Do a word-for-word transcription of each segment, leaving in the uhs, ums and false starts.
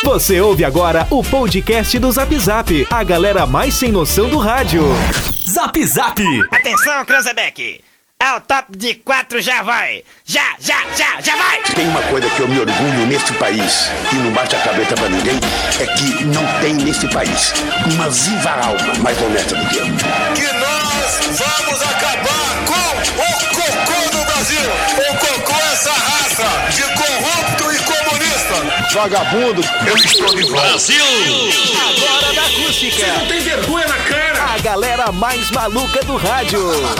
Você ouve agora o podcast do Zap Zap, a galera mais sem noção do rádio. Zap Zap! Atenção, Cranzebeck! É o top de quatro, já vai! Já, já, já, já vai! Tem uma coisa que eu me orgulho neste país, e não bate a cabeça pra ninguém, é que não tem nesse país uma viva alma mais honesta do que eu. Que nós vamos acabar com o cocô do Brasil! O cocô é essa raça de corrupto e comunista! Vagabundo, eu estou de volta. Brasil! Agora da acústica! Você não tem vergonha na cara! A galera mais maluca do rádio.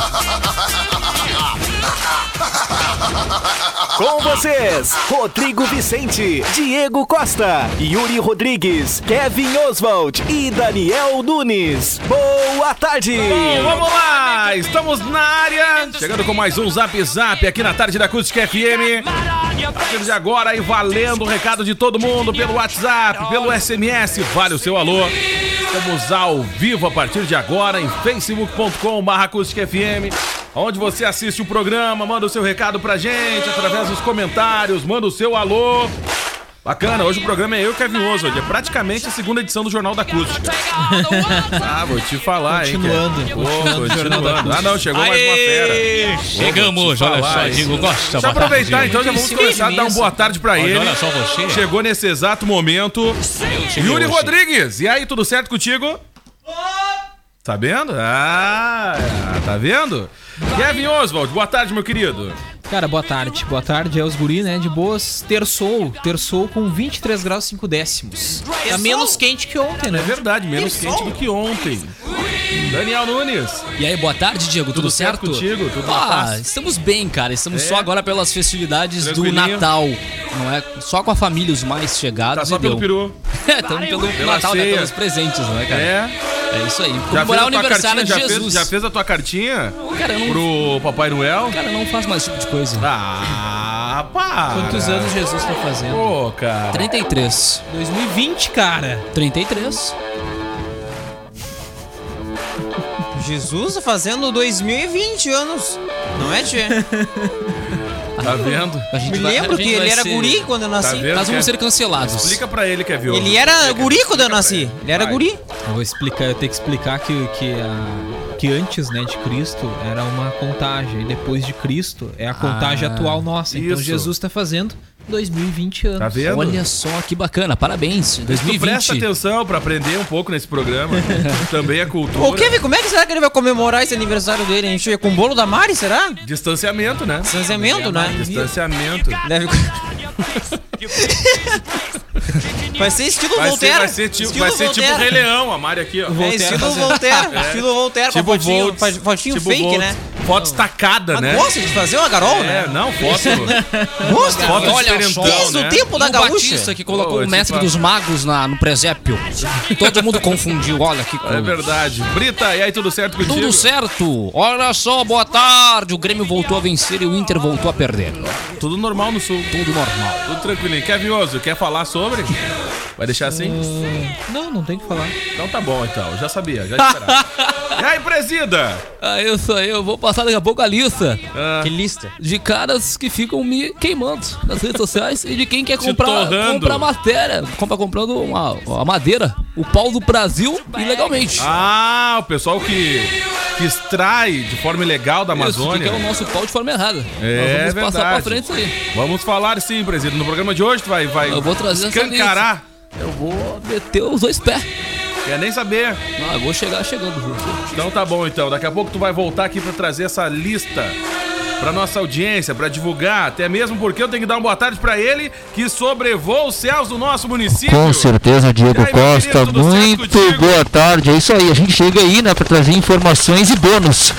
Com vocês, Rodrigo Vicente, Diego Costa, Yuri Rodrigues, Kevin Oswald e Daniel Nunes. Boa tarde! Bom, vamos lá! Estamos na área, chegando com mais um Zap Zap aqui na tarde da Acústica F M. A partir de agora, e valendo o recado de todo mundo pelo WhatsApp, pelo S M S, vale o seu alô. Estamos ao vivo a partir de agora em facebook ponto com barra acústica F M, onde você assiste o programa, manda o seu recado pra gente através dos comentários, manda o seu alô. Bacana, hoje o programa é eu e o Kevin Oswald, é praticamente a segunda edição do Jornal da Acústica. Ah, vou te falar, hein, Continuando, Kevin. continuando, Oh, continuando. Ah, não, chegou Aê, mais uma fera. chegamos, Vou te olha falar, só, hein. Diego Costa. Deixa eu aproveitar então, já vamos começar a dar uma boa tarde pra ele. Olha só você. Chegou nesse exato momento. Yuri hoje. Rodrigues, e aí, tudo certo contigo? Tá vendo? Ah, tá vendo? Kevin Oswald, boa tarde, meu querido. Cara, boa tarde. Boa tarde, é os guri, né? De boas. Terçou. Terçou com vinte e três graus e cinco décimos. Tá menos quente que ontem, É né? verdade, menos quente do que ontem. Daniel Nunes. E aí, boa tarde, Diego, tudo, Tudo certo certo? contigo? Tudo na ah, paz? estamos bem, cara. Estamos É? só agora pelas festividades do Tranquilinho? Natal. Não é? Só com a família, os mais chegados. Tá só e pelo deu. peru. É, estamos pelo Pela Natal, né? ceia. Pelos presentes, né, cara? É. É isso aí. Já fez, Comemorar a o tua aniversário cartinha, de já, Jesus. fez, já fez a tua cartinha Cara, eu não, pro Papai Noel? cara, não faz mais esse tipo de coisa. Ah, para. Quantos anos Jesus tá fazendo? Pô, cara. trinta e três. dois mil e vinte, cara. trinta e três. Jesus fazendo dois mil e vinte anos. Não é, tchê? Tá vendo? A gente Me vai- a lembro gente que vai ele era ser- guri quando eu Tá nasci. vendo? Nós vamos Quer- ser cancelados. Explica pra ele, quer ver? Ele era guri quando eu nasci. Ele era Vai. guri. Eu vou explicar, eu tenho que explicar que, que, a, que antes, né, de Cristo era uma contagem. E depois de Cristo é a contagem Ah, atual nossa. Então isso. Jesus tá fazendo dois mil e vinte anos. Tá vendo? Olha só que bacana, parabéns. dois mil e Tu presta vinte. atenção pra aprender um pouco nesse programa. Também é cultura. Ô, Kevin, como é que será que ele vai comemorar esse aniversário dele, hein? Tchê? Com o bolo da Mari, será? Distanciamento, né? Distanciamento, né? Distanciamento. Deve... Vai ser estilo Vai ser, Voltaire. vai ser tipo, Estilo vai ser tipo o Voltaire. Rei Leão, a Mari aqui, ó. É, Voltaire estilo fazendo. Voltaire. É. Estilo Voltaire Tipo com a fotinho, Volts, fa- fotinho tipo fake, Volts. né? Foto estacada, Mas né? gosta de fazer uma garol, É, né? não, foto. Gosta. Foto Olha diferentão, só. Desde né? o tempo da o gaúcha. Batista que colocou Pô, o esse mestre fa- dos magos na, no presépio. Todo mundo confundiu, olha que É coisa. verdade. Brita, e aí, tudo certo contigo? Tudo certo. Olha só, boa tarde. O Grêmio voltou a vencer e o Inter voltou a perder. Tudo normal no sul. Tudo normal. Tudo tranquilinho. Kevin Oso, quer falar sobre? Vai deixar assim? Não, não tem o que falar. Então tá bom, então. Eu já sabia, já esperava. E aí, presida? Ah, eu sou eu. Vou passar daqui a pouco a lista Ah, Que lista. de caras que ficam me queimando nas redes sociais e de quem quer Te comprar, torrando. comprar matéria. Compra comprando uma, uma madeira. O pau do Brasil ilegalmente. ah, o pessoal que, que extrai de forma ilegal da Isso, Amazônia. que é o nosso pau de forma errada. É Nós vamos passar pra verdade. frente isso aí. Vamos falar sim, presida. No programa de hoje tu vai, vai Eu vou trazer essa escancarar. Eu vou meter os dois pés. Quer nem saber. Ah, eu vou chegar chegando. viu? Então tá bom, então. Daqui a pouco tu vai voltar aqui pra trazer essa lista pra nossa audiência, pra divulgar, até mesmo porque eu tenho que dar uma boa tarde pra ele, que sobrevoa os céus do nosso município. Com certeza, Diego E aí, meu Costa, querido, tudo certo muito contigo? boa tarde. É isso aí, a gente chega aí, né, pra trazer informações e bônus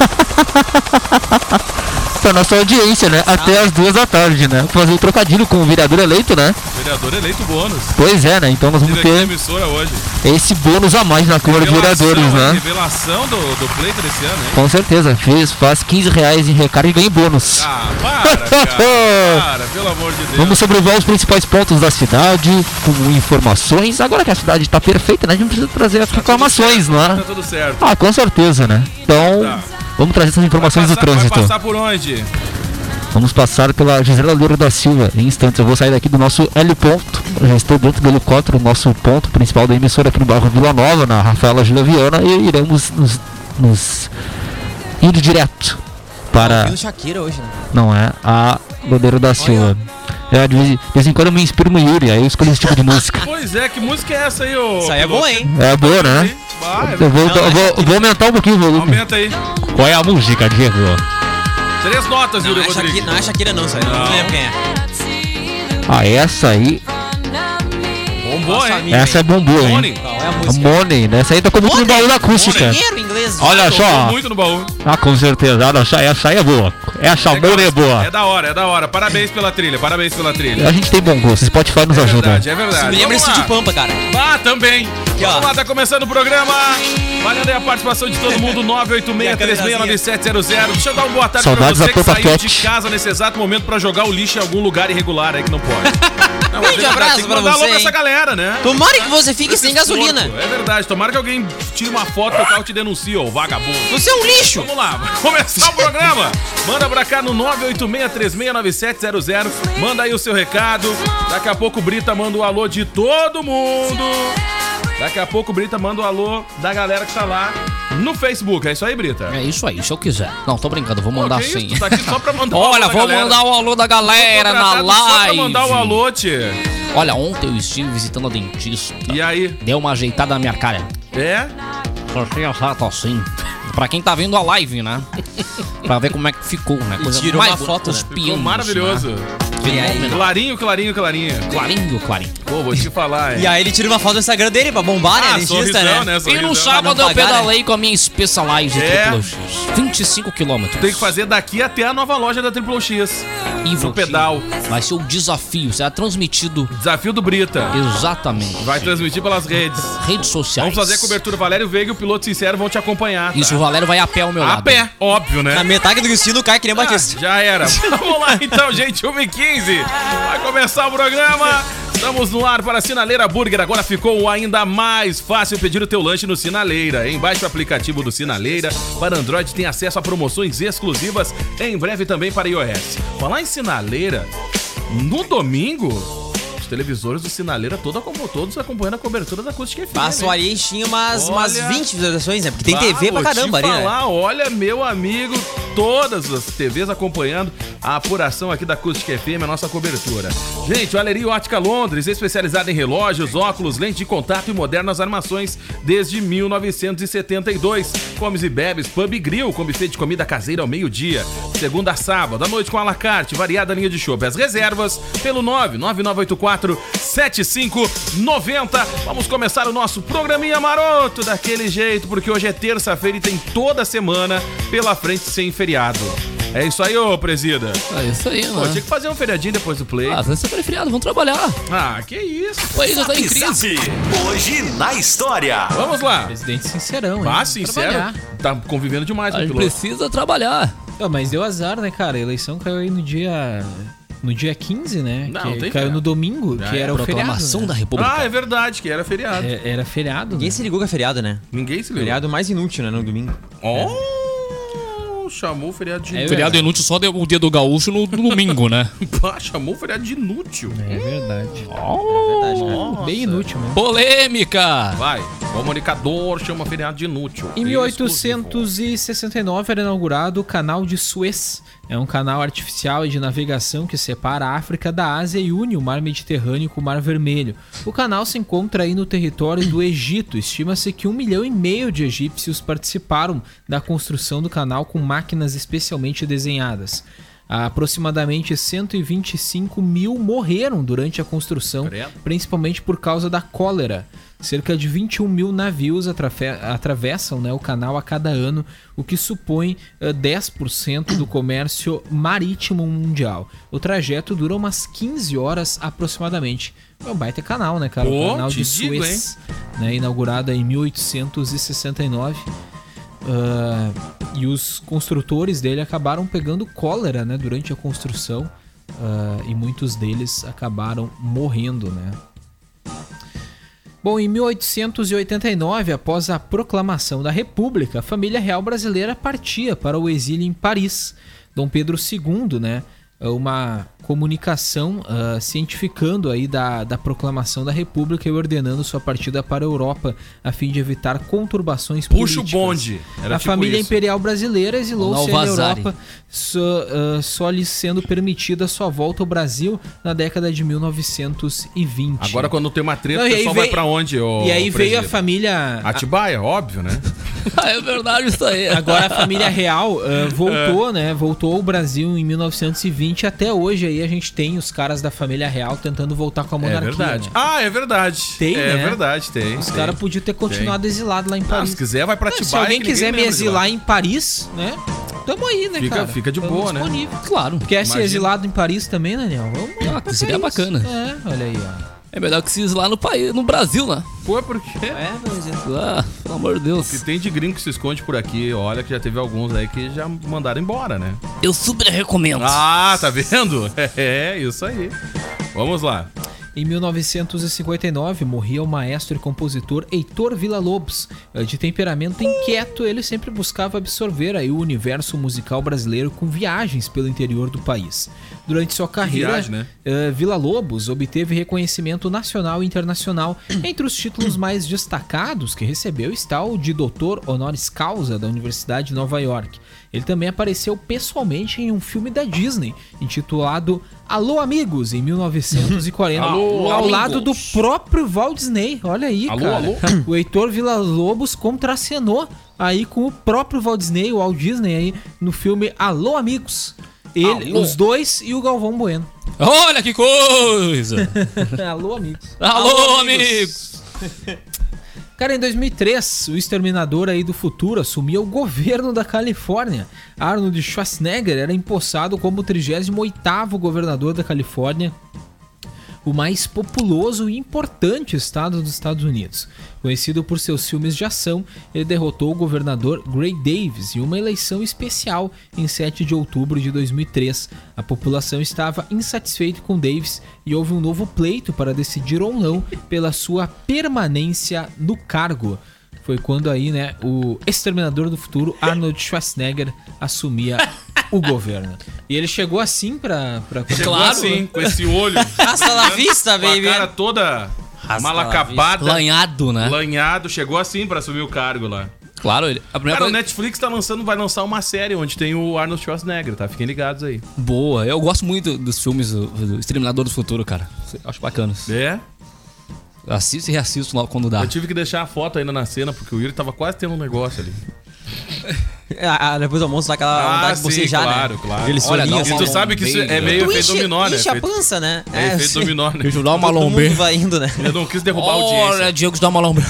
pra nossa audiência, né, até as duas da tarde, né, fazer o trocadilho com o vereador eleito, né, Vereador eleito bônus. pois é, né, então nós vamos Teve aqui na ter emissora hoje. esse bônus a mais na Câmara de Vereadores, Revelação, né, Revelação do, do pleito desse ano, hein? com certeza, fez, faz quinze reais em recarga e ganha em bônus. Ah, para, cara. Para, pelo amor de Deus. Vamos sobrevoar os principais pontos da cidade com informações. Agora que a cidade está perfeita, né? A gente precisa trazer as reclamações, não Tá é? tudo certo. Ah, com certeza, né? Então, Tá. vamos trazer essas informações do Passar- trânsito. Vai passar por onde? Vamos passar pela Gisela Loura da Silva em instantes. Eu vou sair daqui do nosso L ponto. Eu já estou dentro do helicóptero, nosso ponto principal da emissora aqui no bairro Vila Nova, na Rafaela Gila Viana, e iremos nos, nos ir direto para... Vindo Shakira hoje, né? Não é, a Lodeiro da Silva. É, de, vez, de vez em quando eu me inspiro no Yuri, aí eu escolhi esse tipo de música. Pois é, que música é essa aí, ô? Isso aí é boa, hein? É boa, né? Ah, é eu vou, Não, eu vou, vou aumentar um pouquinho o volume. Aumenta aí. Qual é a música, Diego? Três notas, Não, Yuri é Rodrigues. Shakira, não é Shakira não, isso aí. Não, não lembro quem é. Ah, essa aí. Bombou, Nossa, hein? amiga, Essa é bombou, hein? Money. Qual é a A música? Money, né? Essa aí tocou muito no baú da acústica. Dinheiro em inglês. Olha Tocou só. muito no baú. Ah, com certeza. Olha só, essa aí é boa. Essa Legal. Money é boa. É da hora, é da hora. Parabéns pela trilha, parabéns pela trilha. A gente tem bom gosto, Spotify nos É ajuda. verdade, é verdade. Me lembra Vamos esse lá. de Pampa, cara. Ah, também. Aqui, ó. Vamos lá, tá começando o programa. Valendo aí a participação de todo mundo. nove oito seis, três seis nove sete zero zero. Deixa eu dar uma boa tarde Saudades pra você da que Pampa saiu Cat. de casa nesse exato momento pra jogar o lixo em algum lugar irregular aí que não pode. Não, mas Grande é verdade, abraço tem que pra mandar alô você, pra essa hein? galera, né? Tomara que você fique sem Esses gasolina. porcos. É verdade, tomara que alguém tire uma foto do carro e te denuncie, ô vagabundo. Você é um lixo. Vamos lá, vai começar o programa. Manda pra cá no nove oito seis, três seis nove sete zero zero. Manda aí o seu recado. Daqui a pouco o Brita manda o alô de todo mundo. Daqui a pouco o Brita manda o alô da galera que tá lá no Facebook. É isso aí, Brita? É isso aí, se eu quiser. Não, tô brincando, vou mandar Pô, que sim. isso? Tu tá aqui só pra mandar o Olha, alô da vou galera. mandar o alô da galera na Contratado Só pra live. mandar o alô, tchê. Olha, ontem eu estive visitando a dentista. E aí? Deu uma ajeitada na minha cara. É? Achei exato assim. Pra quem tá vendo a live, né? Pra ver como é que ficou, né? E tirou mais uma bonita, foto, os né? Ficou pianos, maravilhoso. Né? E aí? Clarinho, clarinho, clarinho. Clarinho, clarinho. Pô, vou te falar, hein? E aí ele tira uma foto do Instagram dele pra bombar, né? Ah, Dentista, sorrisão, né? né? E Sorrisão. no sábado não eu pagar, pedalei com a minha Specialized É. Triple X. vinte e cinco quilômetros. Tem que fazer daqui até a nova loja da Triple X. Evil no pedal. Team. Vai ser o desafio, será transmitido. Desafio do Brita. Exatamente. Vai transmitir pelas redes. Redes sociais. Vamos fazer a cobertura. Valério Veiga e o Piloto Sincero vão te acompanhar. Tá? Isso, o Valério vai a pé ao meu A lado. pé, óbvio, né? Na metade do destino cai que nem o Ah, Batista. já era. Vamos lá então, gente. uma e quinze. Vai começar o programa. Estamos no ar para a Sinaleira Burger. Agora ficou ainda mais fácil pedir o teu lanche no Sinaleira. Hein? Baixe o aplicativo do Sinaleira. Para Android tem acesso a promoções exclusivas. Em breve também para iOS. Falar em Sinaleira, no domingo... televisores do Sinaleira todo, todos acompanhando a cobertura da Acústica F M. Passou ali e tinha umas, umas Olha, vinte visualizações, né? Porque tem bah, T V pra vou caramba te ali, né? falar, olha, meu amigo, todas as T Vs acompanhando a apuração aqui da Acústica F M, a nossa cobertura. Gente, Valeria Ótica Londres, especializada em relógios, óculos, lente de contato e modernas armações desde mil novecentos e setenta e dois. Comes e bebes, pub e grill, com buffet de comida caseira ao meio-dia. Segunda a sábado, à noite com a la carte, variada linha de chopp. As reservas pelo nove nove nove oito quatro sete cinco nove zero. Vamos começar o nosso programinha maroto daquele jeito, porque hoje é terça-feira e tem toda a semana pela frente sem feriado. É isso aí, ô presida. É isso aí, Pô, né? tinha que fazer um feriadinho depois do play. Ah, você é feriado, vamos trabalhar. Ah, que isso. O país já tá em crise. Hoje na história. Vamos lá. Presidente sincerão, hein? Ah, sincero, Trabalhar. tá convivendo demais A com o gente piloto. precisa trabalhar. Ah, mas deu azar, né, cara? A eleição caiu aí no dia... No dia quinze, né? Não, que não tem caiu feriado. no domingo, Já que é. era o feriado. Proclamação né? da República. Ah, é verdade, que era feriado. É, era feriado, Ninguém né? se ligou que é feriado, né? Ninguém se ligou. Feriado mais inútil, né? No domingo. Oh, chamou o feriado de É inútil. Feriado inútil só deu o dia do gaúcho no domingo, né? Pá, chamou o feriado de inútil. É verdade. É verdade, cara. Nossa. Bem inútil mesmo. Polêmica! Vai, comunicador chama feriado de inútil. Em mil oitocentos e sessenta e nove era inaugurado o Canal de Suez. É um canal artificial de navegação que separa a África da Ásia e une o Mar Mediterrâneo com o Mar Vermelho. O canal se encontra aí no território do Egito. Estima-se que um milhão e meio de egípcios participaram da construção do canal com máquinas especialmente desenhadas. Aproximadamente cento e vinte e cinco mil morreram durante a construção, Credo. principalmente por causa da cólera. Cerca de vinte e um mil navios atrafe- atravessam, né, o canal a cada ano, o que supõe uh, dez por cento do comércio marítimo mundial. O trajeto dura umas quinze horas aproximadamente. É um baita canal, né, cara? Pô, o canal te de digo, Suez, né, inaugurado em mil oitocentos e sessenta e nove. Uh, e os construtores dele acabaram pegando cólera, né, durante a construção, uh, e muitos deles acabaram morrendo, né? Bom, em mil oitocentos e oitenta e nove, após a proclamação da República, a família real brasileira partia para o exílio em Paris. Dom Pedro segundo, né, uma comunicação uh, cientificando aí da, da proclamação da República e ordenando sua partida para a Europa a fim de evitar conturbações Puxa políticas. o bonde. Era a tipo família isso. imperial brasileira exilou-se na Alvazari. Europa, só, uh, só lhe sendo permitida sua volta ao Brasil na década de mil novecentos e vinte. Agora quando tem uma treta, Não, o e aí pessoal veio- vai pra onde, ô E aí veio a presídio? família... Atibaia, óbvio, né? é verdade isso aí. Agora a família real uh, voltou, né? Voltou ao Brasil em mil novecentos e vinte. Até hoje aí a gente tem os caras da família real tentando voltar com a É monarquia. verdade. Né? Ah, é verdade. Tem, É né? verdade, tem. Os tem. caras podiam ter continuado exilado lá em Ah, Paris. se quiser, vai pra Não, Atibaia. se alguém que quiser ninguém me lembra de exilar lá. em Paris, né? Tamo aí, né, Fica- cara? fica de Tamo boa, né? disponível. Claro. Quer ser Imagina. exilado em Paris também, Daniel? Vamos Ah, pra seria Paris. bacana. É, olha aí, ó. É melhor que se lá no país, no Brasil, né? Pô, por quê? É, mas é. Ah, pelo amor de Que Deus. tem de gringo que se esconde por aqui. Olha que já teve alguns aí que já mandaram embora, né? Eu super recomendo. Ah, tá vendo? É, isso aí. Vamos lá. Em mil novecentos e cinquenta e nove, morria o maestro e compositor Heitor Villa-Lobos. De temperamento inquieto, ele sempre buscava absorver aí o universo musical brasileiro com viagens pelo interior do país. Durante sua carreira, viagem, né? eh, Villa-Lobos obteve reconhecimento nacional e internacional. Entre os títulos mais destacados que recebeu está o de doutor honoris causa da Universidade de Nova York. Ele também apareceu pessoalmente em um filme da Disney, intitulado Alô Amigos, em mil novecentos e quarenta, Alô, ao amigos. lado do próprio Walt Disney. Olha aí, Alô, cara. alô. O Heitor Villa-Lobos contracenou aí com o próprio Walt Disney, o Walt Disney aí, no filme Alô Amigos. Ele, Alô. os dois e o Galvão Bueno. Olha que coisa! Alô, amigos. Alô, amigos! Cara, em dois mil e três, o exterminador aí do futuro assumia o governo da Califórnia. Arnold Schwarzenegger era empossado como o trigésimo oitavo governador da Califórnia, o mais populoso e importante estado dos Estados Unidos. Conhecido por seus filmes de ação, ele derrotou o governador Gray Davis em uma eleição especial em sete de outubro de dois mil e três. A população estava insatisfeita com Davis e houve um novo pleito para decidir ou não pela sua permanência no cargo. Foi quando aí, né, o exterminador do futuro, Arnold Schwarzenegger, assumia o governo. E ele chegou assim pra... pra... Chegou Claro. assim, com esse olho. Hasta la vista, Com a baby. cara toda Hasta mal la acabada. Lanhado, né? Lanhado. Chegou assim pra assumir o cargo lá. Claro, ele. A primeira Cara, o coisa... Netflix tá lançando, vai lançar uma série onde tem o Arnold Schwarzenegger, tá? Fiquem ligados aí. Boa. Eu gosto muito dos filmes do, do Exterminador do Futuro, cara. Acho bacanas. É? Assisto e reassisto lá quando dá. Eu tive que deixar a foto ainda na cena, porque o Yuri tava quase tendo um negócio ali. Ah, depois do almoço dá aquela vontade de bocejar, claro, né? claro. Aquele Olha, soninho dá assim, uma E tu sabe que isso é Tu meio Tu efeito enche, dominó, né? enche a Efeito- pança, né? É efeito sim. dominó, né? Deixa eu dar uma Todo lombre. mundo vai indo, né? Eu não quis derrubar a audiência. Olha, Diego, dá uma lombre.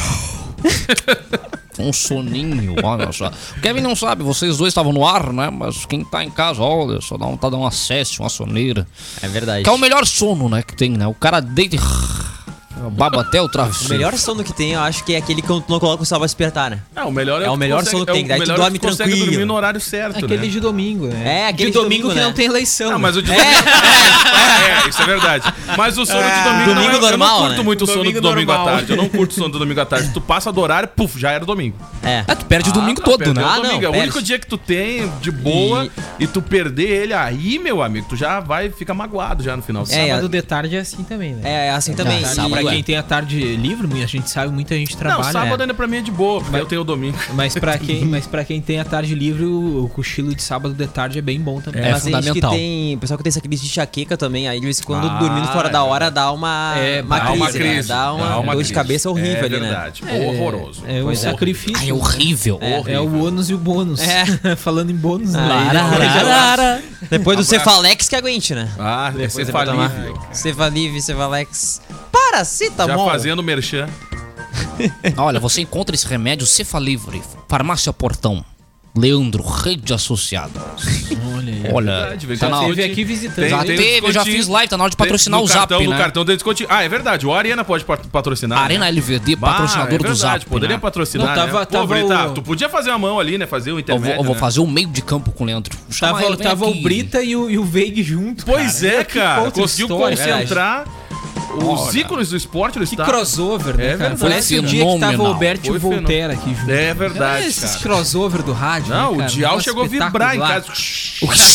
Um soninho, olha só. O Kevin não sabe, vocês dois estavam no ar, né? Mas quem tá em casa, olha só, dá vontade de dar uma cesta, uma soneira. É verdade. Que é o melhor sono, né, que tem, né? O cara deita e... baba até o O travesseiro. melhor sono que tem, eu acho que é aquele que tu não coloca o celular pra despertar, né? É, o melhor é, É o que tu melhor consegue- sono que tem, é o daí tu melhor é dorme que tu consegue tranquilo. dormir no horário certo, Aquele né? de domingo, né? É, aquele de de domingo, domingo, que né? não tem eleição. Não, né? mas o de domingo... É, é, isso é verdade. Mas o sono de domingo, Domingo não é, eu normal, não curto né? muito o sono Domingo do domingo à normal. tarde. Eu não curto o sono do domingo à tarde. Tu passa do horário, puf, já era domingo. É. Ah, tu perde o domingo Ah, todo, perdeu né? o Ah, domingo. não, é o perde. único dia que tu tem de boa e... tu perder ele aí, meu amigo, tu já vai ficar magoado já no final. É, Sábado de tarde é assim também, né? É, é assim também. Tarde, E- pra é. quem tem a tarde livre, a gente sabe, muita gente Não, trabalha. sábado né? ainda pra mim é de boa, porque Mas- eu tenho o domingo. Mas pra quem, mas pra quem tem a tarde livre, o, o cochilo de sábado de tarde é bem bom também. É Mas tem gente que fundamental. tem. Pessoal que tem essa crise de enxaqueca também, aí de vez em quando Ah, dormindo fora da hora dá uma, É, uma, dá crise, uma né? crise. Dá uma, dá uma dor de crise. cabeça horrível é ali, né? verdade. É, Horroroso. É o Pois é. sacrifício. Ai, é horrível. É o ônus e o bônus. É. Falando em bônus, né? Lararara. Depois do Abraço. Cefalex que aguente, né? Ah, é Depois você vai tomar cefalívio. Cefalívio, Cefalex. Paracetamol. Já fazendo merchan. Olha, você encontra esse remédio Cefalivre, Farmácia Portão, Leandro, Rede Associada. Olha aí. Olha, Verdade, vem tá com na Já desconto. teve aqui visitando. Tem- Já hein? tem- teve, eu já descontinho. fiz live, tá na hora de Tem- patrocinar no o cartão, Zap, no né? cartão tem descontinho. Ah, é verdade, o Arena pode pat- patrocinar. Arena né? L V D, Bah, patrocinador é do verdade, Zap. poderia né? patrocinar, Não, tava- né? Pô, tava Brita, o- tu podia fazer a mão ali, né? Fazer o Eu vou, intermédio, eu vou né? fazer o meio de campo com o Leandro. Chama Tava, ele, vem tava aqui. o Brita e o, e o Veig junto. Pois cara. é, Que cara. outra Conseguiu história, concentrar os ícones do esporte no Que estado. crossover, né, É cara? verdade. Parece o dia que tava o Fenomenal. Alberto e o Foi Voltaire aqui junto. É verdade, É, esses cara. crossover do rádio. Não, né, o cara? Dial Negócio chegou a vibrar em espetacular. casa.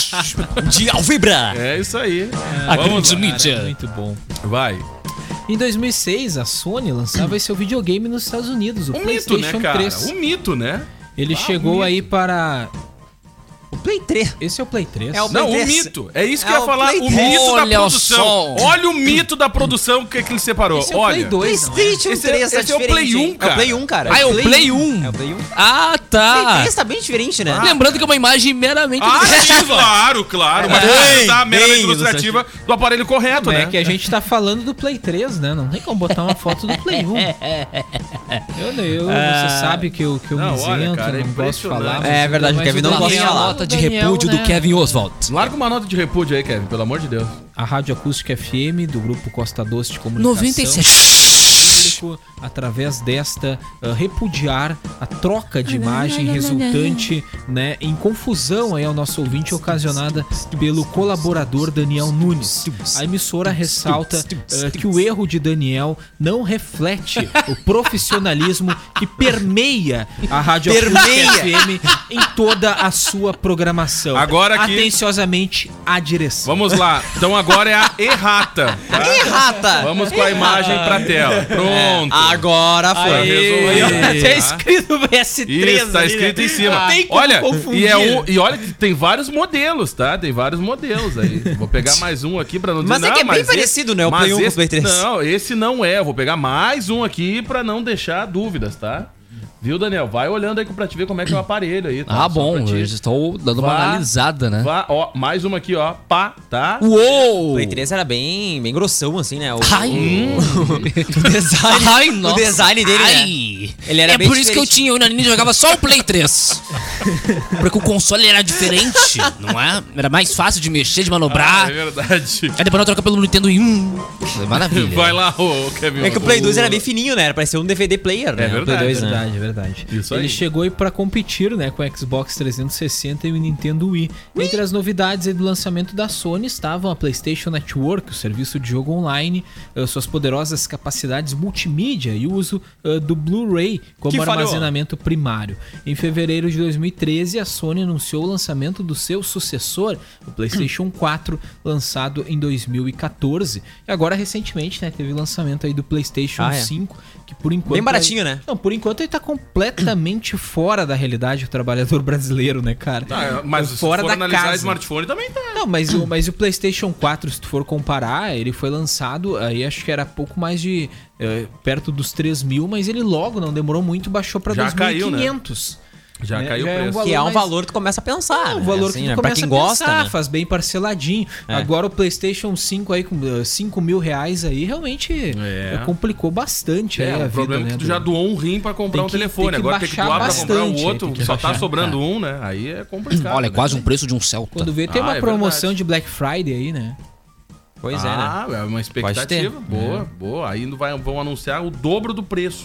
De Alvibra. É isso aí. A Vamos grande lá. mídia. Muito bom. Vai. Em dois mil e seis, a Sony lançava seu videogame nos Estados Unidos, o Um mito, PlayStation né, cara? três. Um mito, né? Ele Ah, chegou um aí para... O Play três. Esse é o Play três? É o Não, o Play três. mito. É isso que É eu ia o falar. Play O três. mito da Olha produção. só. Olha o mito da produção que, que ele separou. Esse é o Olha. Play dois, não é? PlayStation Esse é- três tá esse é o diferente, Play um, hein? É cara. o Play um, cara. Ah, é o Play um. É o Play um. Ah, O Play tá. três tá bem diferente, né? Lembrando que é uma imagem meramente Ah, sim, ilustrativa. claro, claro. Mas Bem, tá meramente bem ilustrativa do aparelho correto, É né? que a gente tá falando do Play três, né? Não tem como botar uma foto do Play um. Eu, eu, você sabe que eu, que eu Não, me olha, isento, cara, é não gosto de falar. impressionante. mas É verdade, mas o Kevin não Daniel- gosta de Tem a falar. nota de o Daniel, repúdio né? do Kevin Oswald. Larga uma nota de repúdio aí, Kevin, pelo amor de Deus. A Rádio Acústica F M, do grupo Costa Doce de Comunicação. noventa e sete. Público, através desta, uh, repudiar a troca de imagem resultante, né, em confusão aí ao nosso ouvinte ocasionada pelo colaborador Daniel Nunes. A emissora ressalta uh, que o erro de Daniel não reflete o profissionalismo que permeia a Rádio Acústica F M em toda a sua programação. Agora aqui- Atenciosamente, a direção. Vamos lá. Então agora é a errata. Tá? Errata. Vamos com a imagem pra tela. Pronto. Agora foi. Aê. Até Tá? escrito S três. Isso, tá ali, escrito né? em cima. Não tem como Olha, confundir. e, é um, e olha que tem vários modelos, tá? Tem vários modelos aí. Vou pegar mais um aqui pra não dizer Mas é não, que é bem esse- parecido, né, o mas Play um com o esse- Play três. Não, esse não é. Eu vou pegar mais um aqui pra não deixar dúvidas, tá? Viu, Daniel? Vai olhando aí pra te ver como é que é o aparelho aí. Tá? Ah, Só bom, pra te- eu estou dando uma Vá- analisada, né? Vá, ó, mais uma aqui, ó. Pá, tá? Uou! O Play três era bem, bem grossão, assim, né? O, Ai. o, o design, Ai, o nossa. design dele, né? Ai. Ele era é bem por isso que eu diferente. tinha, eu e o Nanini jogava só o Play três. Porque o console era diferente, não é? Era mais fácil de mexer, de manobrar. Ah, é verdade. Aí depois nós troca pelo Nintendo Wii um. Maravilha. Vai lá, ô, Kevin. É que o Play dois era bem fininho, né? Era pra ser um D V D player, né? É O Play verdade, dois, É né? verdade, é verdade. Isso Ele aí. chegou aí para competir, né, com o Xbox trezentos e sessenta e o Nintendo Wii. Entre as novidades aí do lançamento da Sony estavam a PlayStation Network, o serviço de jogo online, eh, suas poderosas capacidades multimídia e o uso eh, do Blu-ray como Que falhou. armazenamento primário. Em fevereiro de dois mil e treze, a Sony anunciou o lançamento do seu sucessor, o PlayStation quatro, lançado em dois mil e quatorze. E agora, recentemente, né, teve o lançamento aí do PlayStation Ah, é. cinco, que por enquanto... Bem baratinho, né? Não, por enquanto ele tá completamente fora da realidade do trabalhador brasileiro, né, cara? Ah, mas se fora for da analisar casa. smartphone também tá. Não, mas o, mas o PlayStation quatro, se tu for comparar, ele foi lançado, aí acho que era pouco mais de... eh, perto dos três mil, mas ele logo, não demorou muito, baixou pra Já dois mil e caiu, né? quinhentos. Já né? caiu Já o é um preço. valor Que é um mais- valor que tu começa a pensar. É, o né? valor Assim, que tu né? começa Pra quem a gosta, pensar, né? faz bem parceladinho. É. Agora o PlayStation cinco aí com uh, cinco mil reais aí realmente É. uh, complicou bastante aí É, a o vida, problema é né, que tu do- já doou um rim pra comprar Tem um que- telefone. tem que Agora tem que baixar doar pra comprar bastante, o outro, tem que só tá baixar. sobrando um, né? Aí é complicado. Olha, é né? quase um preço de um Celta. Quando vê, tem Ah, uma é promoção verdade. de Black Friday aí, né? Pois é, né? Ah, é uma expectativa. Boa, boa. Aí não vai, vão anunciar o dobro do preço.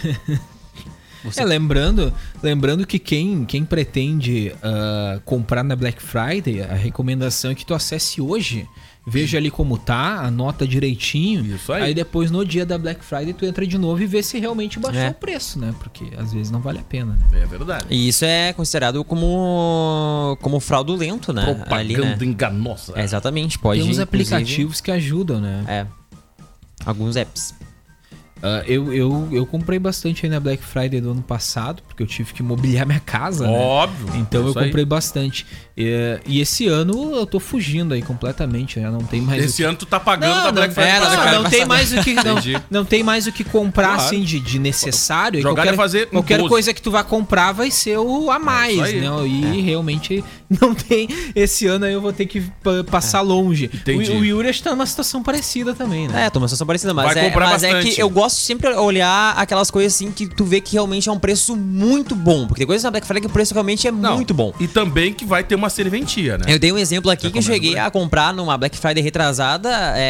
É, lembrando, lembrando que quem, quem pretende ah, comprar na Black Friday, a recomendação é que tu acesse hoje, veja ali como tá, anota direitinho. Isso aí. Depois no dia da Black Friday tu entra de novo e vê se realmente baixou É. o preço, né? Porque às vezes não vale a pena, né? É verdade. E isso é considerado como, como fraudulento, né? Propaganda Ali, né? enganosa. É, exatamente, pode Tem uns inclusive- aplicativos que ajudam, né? É. Alguns apps. Ah, eu, eu, eu comprei bastante aí na Black Friday do ano passado, porque eu tive que mobiliar minha casa, né? Óbvio. Então eu Isso aí. comprei bastante. E, e esse ano eu tô fugindo aí completamente, né? Não tem mais. Esse o que... ano tu tá pagando Não, da Black não, Friday. é, pra não, cá. não, não tem mais o que não, Entendi. não tem mais o que comprar Claro. assim de, de necessário. E Jogar qualquer é fazer um qualquer doze. coisa que tu vai comprar vai ser o a mais, isso aí. né? E realmente não tem. Esse ano aí eu vou ter que pa- passar longe. Entendi. O, o Yuri acho que tá numa situação parecida também, né? É, tô uma situação parecida, mas, Vai é, comprar mas é bastante. que eu gosto sempre de olhar aquelas coisas assim que tu vê que realmente é um preço muito bom. Porque tem coisas na Black Friday que o preço realmente é Não, muito bom. E também que vai ter uma serventia, né? Eu dei um exemplo aqui Já que eu começa cheguei por aí. a comprar numa Black Friday retrasada é,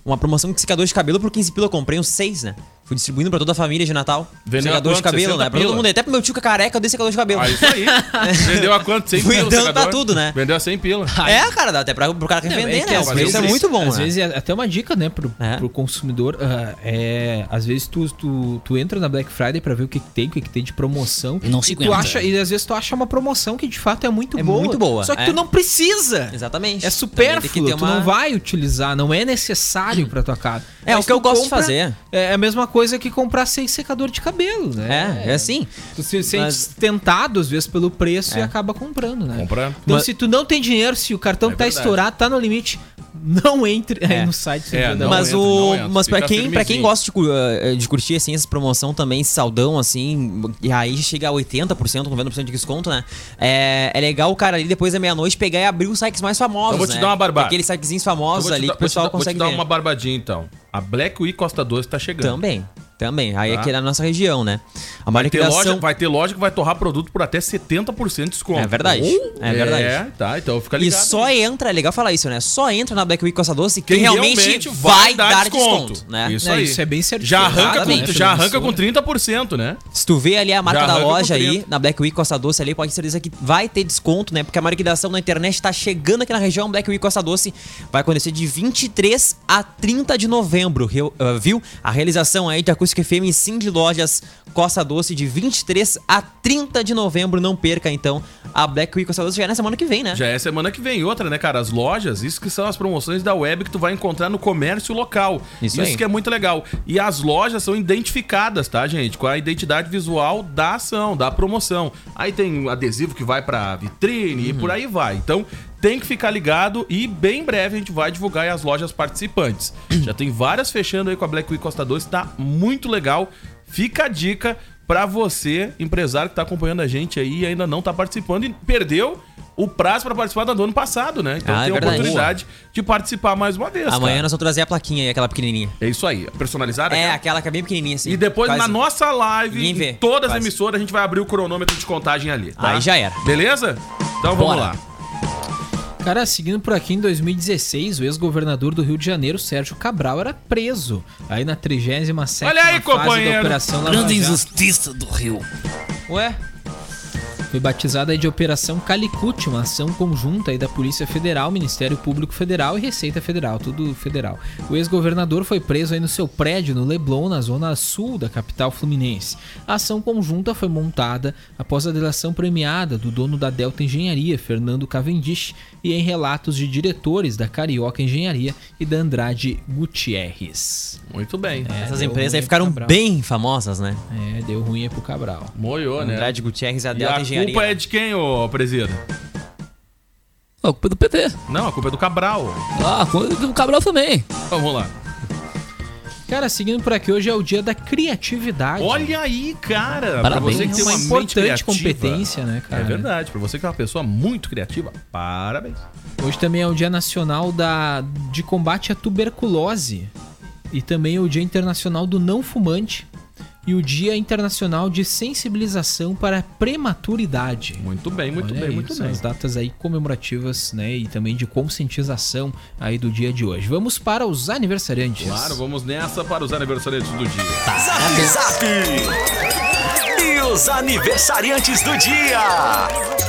uma promoção de secador de cabelo por quinze pila. Eu comprei uns seis, né? Fui distribuindo pra toda a família de Natal. Vendeu secador a de quanto? cabelo, né? Pra todo pila? mundo. Até pro meu tio que é careca, eu dei secador de cabelo. Ah, isso aí. Vendeu a quanto? cem Fui pila o dando secador? pra tudo, né? Vendeu a cem pila. É, cara, dá até pra, pro cara que Não, vender, é que né? às Às vezes é vezes- muito bom, Às né? vezes é até uma dica, né, pro, É. pro consumidor. ah, é, às vezes tu, tu, tu entra na Black Friday pra ver o que, que tem, o que, que tem de promoção. E não e se tu aguenta. acha E às vezes tu acha uma promoção que de fato é muito É boa. muito boa, Só que é. tu não precisa. Exatamente. É Também supérfluo, tem que ter tu uma- não vai utilizar, não é necessário pra tua casa. É, Mas o que eu tu gosto de compra, fazer. É a mesma coisa que comprar seis secador de cabelo, né? É, é assim. Tu se sente Mas- tentado, às vezes, pelo preço e É. acaba comprando, né? Comprando. Então, Mas- se tu não tem dinheiro, se o cartão É tá verdade. estourado, tá no limite, não entre aí É. no site. É, entendeu? não mas entra, o, não entra. mas pra Fica quem, pra quem firmezinho. gosta de, cu- eh, de curtir assim essa promoção também, saldão assim, e aí chega a oitenta por cento, noventa por cento de desconto, né? É, é legal o cara ali depois da meia-noite pegar e abrir os sites mais famosos, Eu vou te né? dar uma barbada. Aqueles sitezinhos Eu famosos vou te ali dar- que o pessoal vou te dar- consegue Vou te ver. dar uma barbadinha, então. A Black Week Costa Doce tá chegando. Também, também. Aí Tá. aqui na nossa região, né? A Vai ter, loja, liquidação... vai ter loja que vai torrar produto por até setenta por cento de desconto. É verdade, Oh, é verdade. É, tá. Então fica E ligado. só entra, é legal falar isso, né? Só entra na Black Week Costa Doce quem, Quem realmente, realmente vai dar desconto, né? Isso É, aí. isso é bem certinho. Já arranca, com, Exatamente. já arranca com trinta por cento, né? Se tu vê ali a marca Já da arranca com loja aí, trinta. na Black Week Costa Doce ali, pode ter certeza que vai ter desconto, né? Porque a liquidação na internet tá chegando aqui na região. Black Week Costa Doce vai acontecer de vinte e três a trinta de novembro, Reu- uh, viu? A realização aí de Acústica F M em Sim de Lojas Costa Doce de vinte e três a trinta de novembro. Não perca, então, a Black Week Costa Doce já é na semana que vem, né? Já é semana que vem. Outra, né, cara? As lojas, isso que são as promoções da web que tu vai encontrar no comércio local. Isso Isso, aí. que é muito legal. E as lojas são identificadas, tá, gente? Com a identidade visual da ação, da promoção. Aí tem adesivo que vai pra vitrine e por aí vai. Então, tem que ficar ligado e bem em breve a gente vai divulgar aí as lojas participantes. Já tem várias fechando aí com a Black Week Costa Doce, tá muito legal. Fica a dica pra você, empresário que tá acompanhando a gente aí e ainda não tá participando e perdeu o prazo pra participar do ano passado, né? Então Ah, é tem a verdade. oportunidade de participar mais uma vez, Amanhã cara. nós vamos trazer a plaquinha aí, aquela pequenininha. É isso aí, personalizada. É, cara? aquela que é bem pequenininha assim. E depois Quase- na nossa live, Ninguém vê. em todas as Quase. emissoras, a gente vai abrir o cronômetro de contagem ali, tá? Aí já era. Beleza? Então vamos Bora. lá. Cara, seguindo por aqui, em dois mil e dezesseis, o ex-governador do Rio de Janeiro, Sérgio Cabral, era preso. Aí na trigésima sétima Olha aí, fase companheiro. da Operação Lava Grande Jato. injustiça do Rio. Ué? Foi batizada aí de Operação Calicut, uma ação conjunta aí da Polícia Federal, Ministério Público Federal e Receita Federal, tudo federal. O ex-governador foi preso aí no seu prédio no Leblon, na zona sul da capital fluminense. A ação conjunta foi montada após a delação premiada do dono da Delta Engenharia, Fernando Cavendish, e em relatos de diretores da Carioca Engenharia e da Andrade Gutierrez. Muito bem. É, Essas deu empresas ruim aí ficaram pro Cabral. bem famosas, né? É, deu ruim aí pro Cabral. Moiou, né? Andrade Gutierrez e a E Delta a Engenharia. culpa é de quem, ô presida? A culpa é do P T. Não, a culpa é do Cabral. Ah, a culpa é do Cabral também. Vamos lá. Cara, seguindo por aqui, hoje é o dia da criatividade. Olha aí, cara. Parabéns. Pra você que tem É uma uma mente importante criativa. competência, né, cara? É verdade. Pra você que é uma pessoa muito criativa, parabéns. Hoje também é o Dia Nacional da, de Combate à Tuberculose. E também é o Dia Internacional do Não Fumante. E o Dia Internacional de Sensibilização para a Prematuridade. Muito bem, muito Olha bem, aí, muito são bem. as datas aí comemorativas, né? E também de conscientização aí do dia de hoje. Vamos para os aniversariantes. Claro, vamos nessa para os aniversariantes do dia. Zap Zap! E os aniversariantes do dia!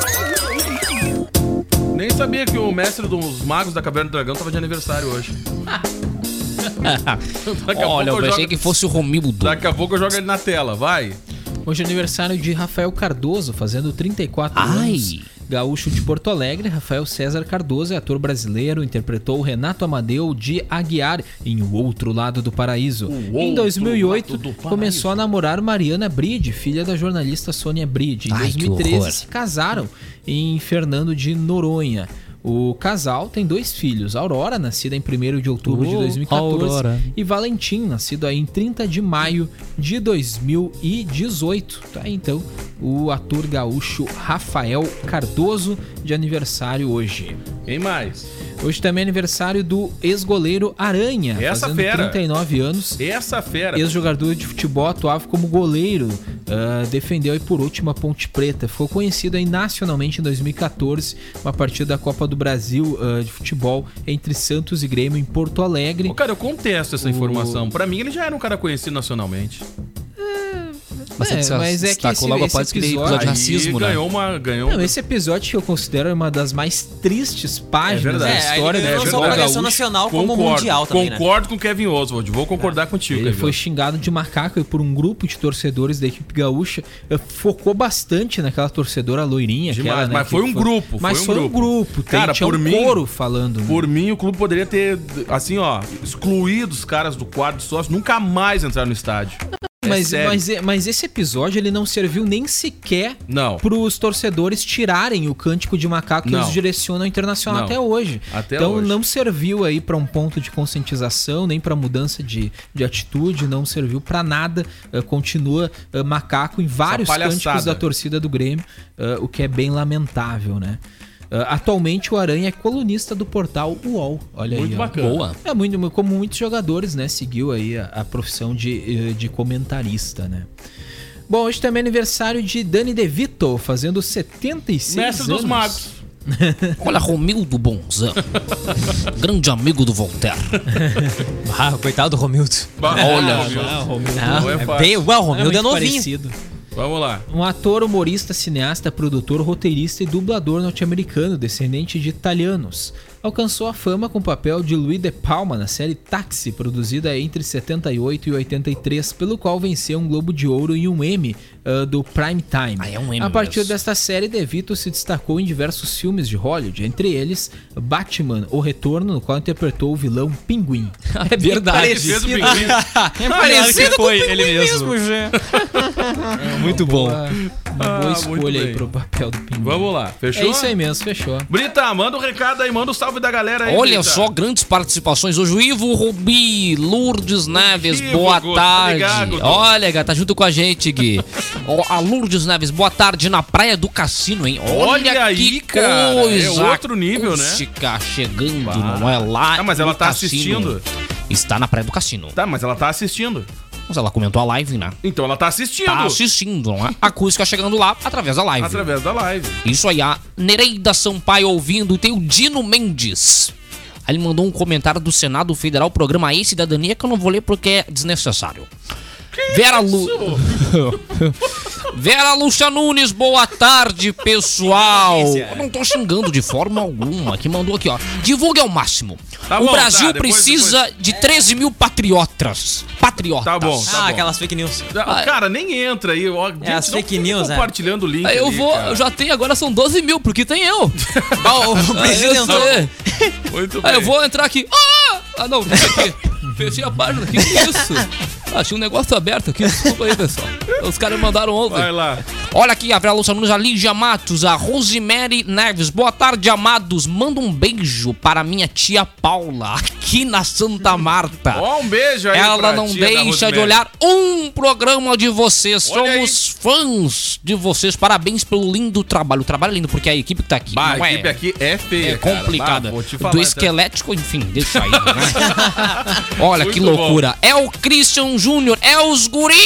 Nem sabia que o mestre dos magos da Caverna do Dragão tava de aniversário hoje. Daqui a Olha, eu pouco pensei jogo- que fosse o Romildo. Daqui a pouco eu jogo ele na tela, vai. Hoje é aniversário de Rafael Cardoso, fazendo trinta e quatro Ai. anos. Gaúcho de Porto Alegre, Rafael César Cardoso é ator brasileiro, interpretou Renato Amadeu de Aguiar em O Outro Lado do Paraíso. O Em dois mil e oito, Outro Lado do Paraíso. começou a namorar Mariana Bride, filha da jornalista Sônia Bride. Em Ai, dois mil e que treze, horror. se casaram em Fernando de Noronha. O casal tem dois filhos, Aurora, nascida em primeiro de outubro de Oh, dois mil e quatorze, Aurora. e Valentim, nascido aí em trinta de maio de dois mil e dezoito. Tá aí, então o ator gaúcho Rafael Cardoso, de aniversário hoje. Quem mais? Hoje também é aniversário do ex-goleiro Aranha, Essa fazendo fera. trinta e nove anos. Essa fera. Ex-jogador de futebol, atuava como goleiro uh, defendeu aí por último a Ponte Preta. Ficou conhecido aí nacionalmente em dois mil e catorze, uma partida da Copa do Brasil uh, de futebol entre Santos e Grêmio em Porto Alegre. Ô, cara, eu contesto essa O- informação. Pra mim, ele já era um cara conhecido nacionalmente. Mas É, você mas é que destacou esse- logo esse após aquele episódio- episódio de Aí racismo, né? ganhou uma... Ganhou Não, esse episódio que eu considero uma das mais tristes páginas É da verdade. É, história ele do não só futebol pra questão gaúcho. nacional como Concordo, mundial também, né? concordo com o Kevin Oswald. Vou concordar contigo, Ele Kevin foi Oswald. xingado de macaco e por um grupo de torcedores da equipe gaúcha. eh, Focou bastante naquela torcedora loirinha. Demais, aquela, né, mas que foi um grupo, Mas foi um foi um grupo. grupo. Tem, Cara, tinha por um mim- coro falando. né? Por mim, o clube poderia ter, assim, ó, excluído os caras do quadro de sócio, nunca mais entrar no estádio. É Mas, sério. mas, mas esse episódio ele não serviu nem sequer Não. pros torcedores tirarem o cântico de macaco que Não. eles direcionam ao Internacional Não. até hoje. Até então hoje. não serviu aí pra um ponto de conscientização, nem pra mudança de, de atitude, não serviu pra nada. Eh, continua eh, macaco em vários palhaçada. cânticos da torcida do Grêmio, eh, o que é bem lamentável, né? Eh, atualmente o Aranha é colunista do portal U O L. Olha Muito aí, ó. bacana. Boa. É muito, como muitos jogadores, né? Seguiu aí a, a profissão de, eh, de comentarista, né? Bom, hoje também é aniversário de Danny DeVito, fazendo setenta e seis Mestre anos. dos magos. Olha, Romildo Bonzão. Grande amigo do Voltaire. Ah, coitado do Romildo. Olha, Ah, Romildo. Não é É fácil. bem, ué, o É Romildo muito é novinho. parecido. Vamos lá. Um ator, humorista, cineasta, produtor, roteirista e dublador norte-americano, descendente de italianos. Alcançou a fama com o papel de Louis De Palma na série Táxi, produzida entre setenta e oito e oitenta e três, pelo qual venceu um Globo de Ouro e um Emmy uh, do Prime Time. Ah, é um Emmy a partir mesmo. desta série, DeVito se destacou em diversos filmes de Hollywood, entre eles Batman, O Retorno, no qual interpretou o vilão Pinguim. é verdade. Ele fez o pinguim. É parecido com foi o ele Pinguim mesmo. mesmo, Gê. Muito bom. Uma, uma Ah, boa muito escolha aí bem. pro papel do Pinguim. Vamos lá. Fechou? É isso aí mesmo, fechou. Brita, manda um recado aí, manda um salve da galera aí. Olha Brita. só, grandes participações hoje. O Ivo Rubi, Lourdes Neves, Ivo, boa Guto, tarde. obrigado, Guto. Olha, Gá, tá junto com a gente, Gui. Ó, a Lourdes Neves, boa tarde na Praia do Cassino, hein? Olha, Olha aí, que cara, coisa. é outro nível, né? acústica chegando, não é lá. Ah, mas ela no tá cassino. assistindo. Está na Praia do Cassino. Tá, mas ela tá assistindo. Mas ela comentou a live, né? Então ela tá assistindo. Tá assistindo, não é? Acústica chegando lá através da live. Através da live. Isso aí, a Nereida Sampaio ouvindo, tem o Dino Mendes. Aí ele mandou um comentário do Senado Federal, programa E Cidadania, que eu não vou ler porque é desnecessário. Vera Lu... Vera Lúcia Nunes, boa tarde, pessoal. Eu não tô xingando de forma alguma. Que mandou aqui, ó. Divulgue ao máximo. Tá o bom, Brasil tá, depois- precisa de treze mil patriotas. Patriotas. Tá bom, tá Ah, bom. aquelas fake news. Ah, Cara, nem entra aí. Ó, gente, as não fake fica news, né? compartilhando o link. Aí eu ali, vou, cara. eu já tenho, agora são doze mil, porque tem eu. Ah, o Aí presidente eu, entrou. sei. Muito bem. Aí eu vou entrar aqui. Ah, ah não, deixa aqui. Fechei a página, que que é isso? Ah, tinha um negócio aberto aqui, desculpa aí, pessoal. Os caras mandaram ontem. Vai lá. Olha aqui, a Vera Lúcia Nunes, a Lígia Matos, a Rosemary Neves. Boa tarde, amados. Manda um beijo para minha tia Paula, aqui na Santa Marta. Ó, um beijo aí Ela pra não tia da deixa de Rosemary. olhar um programa de vocês. Olha Somos fãs de vocês. Parabéns pelo lindo trabalho. O trabalho é lindo, porque a equipe que tá aqui Bah, não a é, equipe aqui é feia, é cara. complicada. Bah, vou te falar, Do tá? esquelético, enfim, deixa aí, né? Olha que Muito loucura. É o Christian Júnior, é os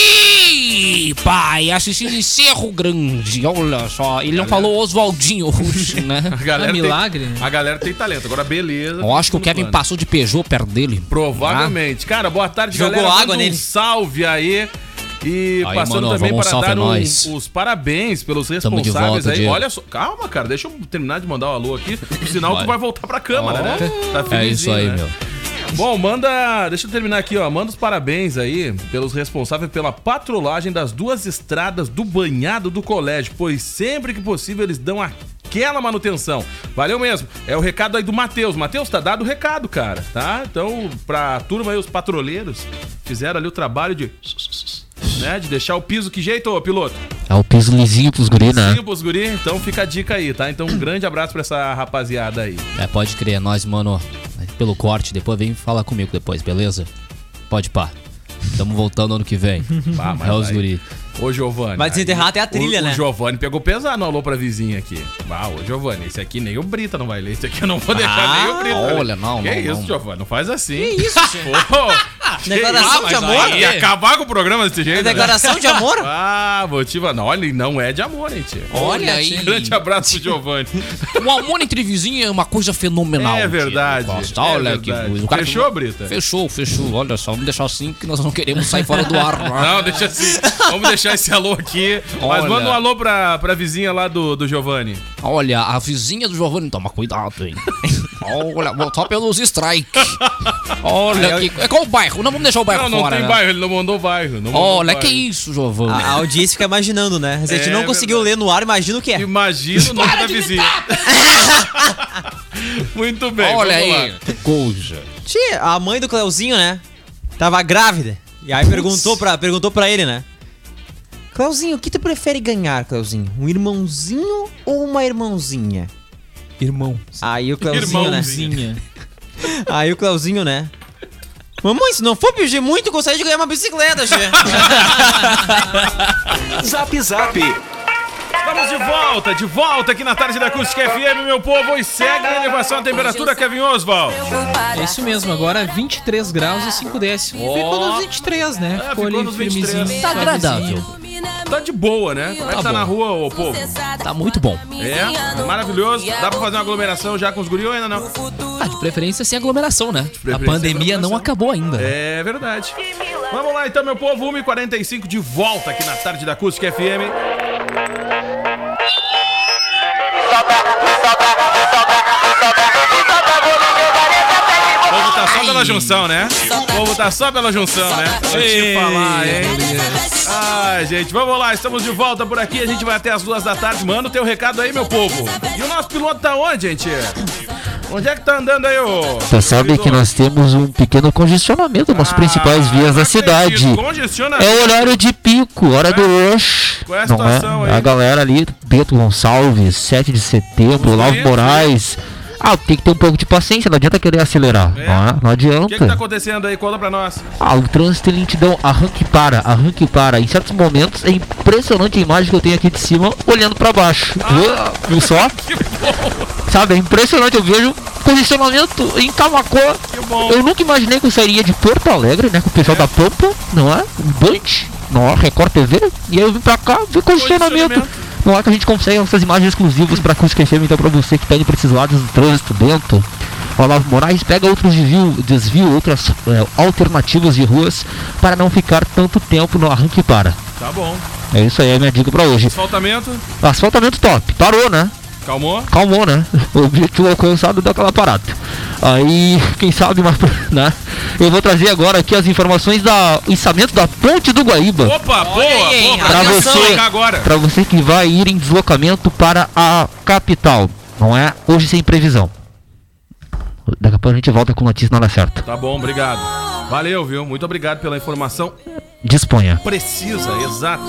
guri! Pai, assistindo em Cerro Grande. Olha só, ele não Galera. falou Oswaldinho hoje, né? A galera É tem- milagre, né? A galera tem talento. Agora, beleza. Eu acho que o tudo Kevin plano. passou de Peugeot perto dele. Provavelmente. Cara, boa tarde, Jogou galera. água Manda nele. Um salve aí. E Aí, passando mano, também vamos para salve dar a um- nós. os parabéns pelos Tamo de responsáveis volta, aí. Diego. Olha só. Calma, cara. Deixa eu terminar de mandar o alô aqui. Senão Vai. tu vai voltar pra câmara, né? Tá É felizinho, isso aí, né? meu. Bom, manda. Deixa eu terminar aqui, ó. Manda os parabéns aí pelos responsáveis pela patrulhagem das duas estradas do banhado do colégio, pois sempre que possível eles dão aquela manutenção. Valeu mesmo. É o recado aí do Matheus. Matheus, tá dado o recado, cara, tá? Então, pra turma aí, os patrulheiros fizeram ali o trabalho de. Né, de deixar o piso. Que jeito, ô piloto? É o piso lisinho pros guri, né? Sim, pros guri. Então fica a dica aí, tá? Então um grande abraço pra essa rapaziada aí. É, pode crer, é nóis, mano. Pelo corte, depois vem falar comigo depois, beleza? Pode pá. Tamo voltando ano que vem. Ah, mas É os vai. guri. Ô, Giovanni. Vai desenterrar até a trilha, o, né? O Giovanni pegou pesado no alô pra vizinha aqui. Ah, ô, Giovanni, esse aqui nem o Brita não vai ler. Esse aqui eu não vou deixar Ah, nem o Brita. olha, não, que não, isso, não. Giovanni? Não faz assim. Que isso, gente? Pô, Declaração Ah, de mas amor? aí ia acabar com o programa desse jeito. É declaração né? de amor? Ah, motiva. Não, olha, não é de amor, hein, tia. Olha aí. Grande abraço pro Giovanni. O amor entre vizinhos é uma coisa fenomenal. É verdade. Tia. Costa. É Olha verdade. que coisa. Fechou, Brita? Fechou, fechou. Olha só, vamos deixar assim que nós não queremos sair fora do ar. Não, deixa assim. Vamos deixar esse alô aqui. Mas Olha. manda um alô pra, pra vizinha lá do, do Giovanni. Olha, a vizinha do Giovanni, toma cuidado, hein? Olha, só pelos strike. Olha, que, é qual o bairro? Não vamos deixar o bairro Não, não fora, tem né? bairro, ele não mandou bairro. Não mandou Olha, bairro. que isso, Giovanni? A, a audiência fica imaginando, né? Se a gente É não conseguiu ler no ar, imagina o que é. Imagina o nome da vizinha. Muito bem, Olha vamos aí, lá. que coisa. Tia, a mãe do Cleuzinho, né? Tava grávida. E aí perguntou pra, perguntou pra ele, né? Cleuzinho, o que tu prefere ganhar, Cleuzinho? Um irmãozinho ou uma irmãozinha? Irmão. Aí o Cleuzinho, Irmãozinho. né? Aí o Cleuzinho, né? Mamãe, se não for pedir muito, eu gostaria de ganhar uma bicicleta, tia. Zap Zap. Estamos de volta, de volta aqui na tarde da Acústica F M, meu povo. E segue a elevação da temperatura, Kevin Oswald. É isso mesmo, agora vinte e três graus e cinco décimos. Ó. Ficou nos vinte e três, né? É, Ficou ficou ali nos vinte e três. firmezinho. Tá suavezinho. agradável. Tá de boa, né? Como é que Tá tá bom. na rua, ô povo? Tá muito bom. É, maravilhoso. Dá pra fazer uma aglomeração já com os guris ou ainda não? Ah, de preferência sem aglomeração, né? A preferência pandemia sem não aglomeração. acabou ainda. É verdade. Vamos lá então, meu povo. uma e quarenta e cinco de volta aqui na tarde da Acústica F M. O povo tá só pela junção, né? O povo tá só pela junção, né? Deixa eu te falar, hein? Ai, gente, vamos lá. Estamos de volta por aqui. A gente vai até as duas da tarde. Manda o teu recado aí, meu povo. E o nosso piloto tá onde, gente? Onde é que tá andando aí, ô? Você sabe que nós temos um pequeno congestionamento nas principais vias da cidade. Congestiona. É o horário de pico, hora do rush. Qual é a Não situação é? aí? A galera ali, Bento Gonçalves, sete de setembro, Os Lavo guris, Moraes. Ah, tem que ter um pouco de paciência, não adianta querer acelerar. É. Não, é? Não O que que tá adianta. acontecendo aí? Conta pra nós. Ah, o trânsito tem lentidão, arranque e para, arranque e para. Em certos momentos é impressionante a imagem que eu tenho aqui de cima olhando pra baixo. Viu? Viu só? Sabe, é impressionante, eu vejo posicionamento em Camaquã. bom. Eu nunca imaginei que eu sairia de Porto Alegre, né, com o pessoal da Pampa, não é? Band, não é? Record T V. E aí eu vim pra cá, vi posicionamento. Não é que a gente consegue essas imagens exclusivas pra Acústica F M, então pra você que tá indo pra esses lados do trânsito dentro. Olavo Moraes, pega outros desvio, desvio outras é, alternativas de ruas para não ficar tanto tempo no arranque e para. Tá bom. É isso aí, é a minha dica pra hoje. Asfaltamento. Asfaltamento top, parou, né? Calmou? Calmou, né? O objetivo alcançado daquela parada. Aí, quem sabe, mas, né? Eu vou trazer agora aqui as informações da içamento da Ponte do Guaíba. Opa, boa, aí, hein? boa. Pra Atenção, você, hein, agora. pra você que vai ir em deslocamento para a capital, não é? Hoje sem previsão. Daqui a pouco a gente volta com notícia na hora certa. Tá bom, obrigado. Valeu, viu? Muito obrigado pela informação Disponha. precisa, exata.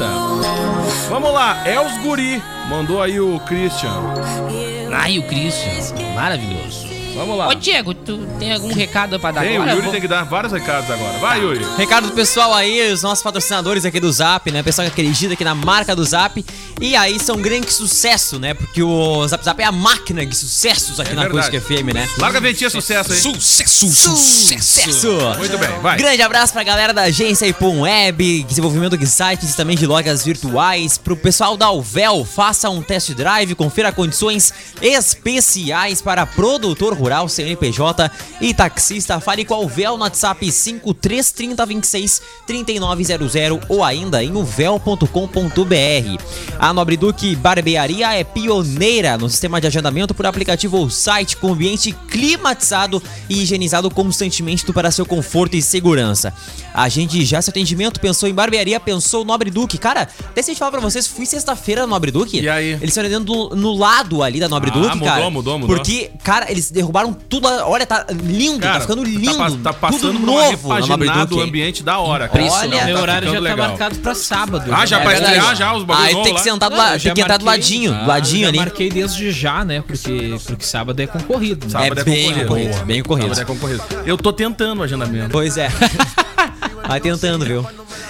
Vamos lá, Els Guri. Mandou aí o Christian. Ai, o Christian. Maravilhoso. Vamos lá. Ô, Diego, tu tem algum recado pra dar Tem, o agora? Yuri Vou- tem que dar vários recados agora. Vai, Yuri. Recado do pessoal aí, os nossos patrocinadores aqui do Zap, né? Pessoal que acredita aqui na marca do Zap. E aí são um grande sucesso, né? Porque o Zap Zap é a máquina de sucessos aqui É na verdade. Acústica F M, né? Larga a ventinha, sucesso aí. Sucesso, sucesso. Sucesso! Muito bem, vai. Grande abraço pra galera da agência Ipum Web, desenvolvimento de sites e também de lojas virtuais. Pro pessoal da Uvel, faça um test drive, confira condições especiais para produtor rural, C N P J e taxista. Fale com a Uvel no WhatsApp cinco três três zero dois seis três nove zero zero ou ainda em uvel ponto com ponto br. A Nobre Duque Barbearia é pioneira no sistema de agendamento por aplicativo ou site com ambiente climatizado e higienizado constantemente para seu conforto e segurança. Agende já seu atendimento, pensou em barbearia, pensou Nobre Duque. Cara, até se a gente falar pra vocês, fui sexta-feira no Nobre Duque. E aí? Eles estão vendendo no lado ali da Nobre Ah, Duque, mudou, cara. mudou, mudou. Porque, cara, eles derrubaram tudo. Olha, tá lindo, Cara, tá ficando lindo. Tá, pa- tá passando tudo por uma novo na Nobre repaginado Duque. o ambiente da hora, cara. Olha, Meu tá horário já ficando tá legal. marcado pra sábado. Ah, já É vai verdade. estrear já os bagulhos Aí novos tem que lá? sentar do Não, lado, eu já tem que entrar do marquei- ladinho, Ah, do ladinho já ali. marquei desde já, né? Porque, porque sábado é concorrido. Né? Sábado É bem concorrido, Boa. bem concorrido. Sábado é concorrido. Eu tô tentando o agendamento. Pois é. Vai tentando, viu?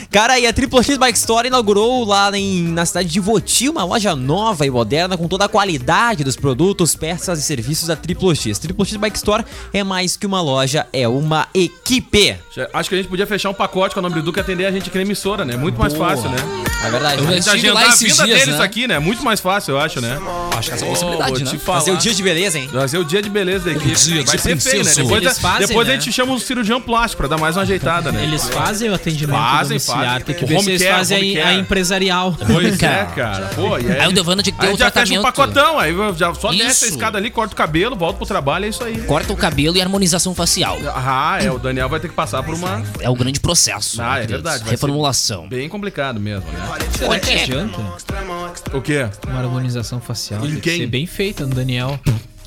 Cara, e a Triple X Bike Store inaugurou lá em, na cidade de Voti uma loja nova e moderna com toda a qualidade dos produtos, peças e serviços da Triple X. Triple X Bike Store é mais que uma loja, é uma equipe. Acho que a gente podia fechar um pacote com o nome do Duque e atender a gente aqui na emissora, né? Muito mais Boa. fácil, né? É verdade. Eu A gente estive agendar lá a esses vinda dias, deles né? aqui, né? Muito mais fácil, eu acho, né? Acho que essa é a Ô, possibilidade, vou né? te falar. Fazer o dia de beleza, hein? Vai ser o dia de beleza da equipe. dia Vai de ser feio, né? princeso. Depois, Eles fazem, depois né? a gente chama um cirurgião plástico pra dar mais uma ajeitada, né? Eles fazem o atendimento Fazem, domiciliar, fazem. tem que O ver home se eles care, fazem home a, care. a empresarial. Pois é, cara. Pô, e aí, Aí o Devana tinha que ter aí o já fecha um tratamento. pacotão, aí já só desce a Isso. escada ali, corta o cabelo, volta pro trabalho, é isso aí. Corta o cabelo e harmonização facial. Ah, é, o Daniel vai ter que passar por uma... É o grande processo. Ah, né, é queridos? verdade, vai Reformulação. Bem complicado mesmo, né? Será que adianta O quê? uma harmonização facial? Em Tem que quem? ser bem feita no Daniel.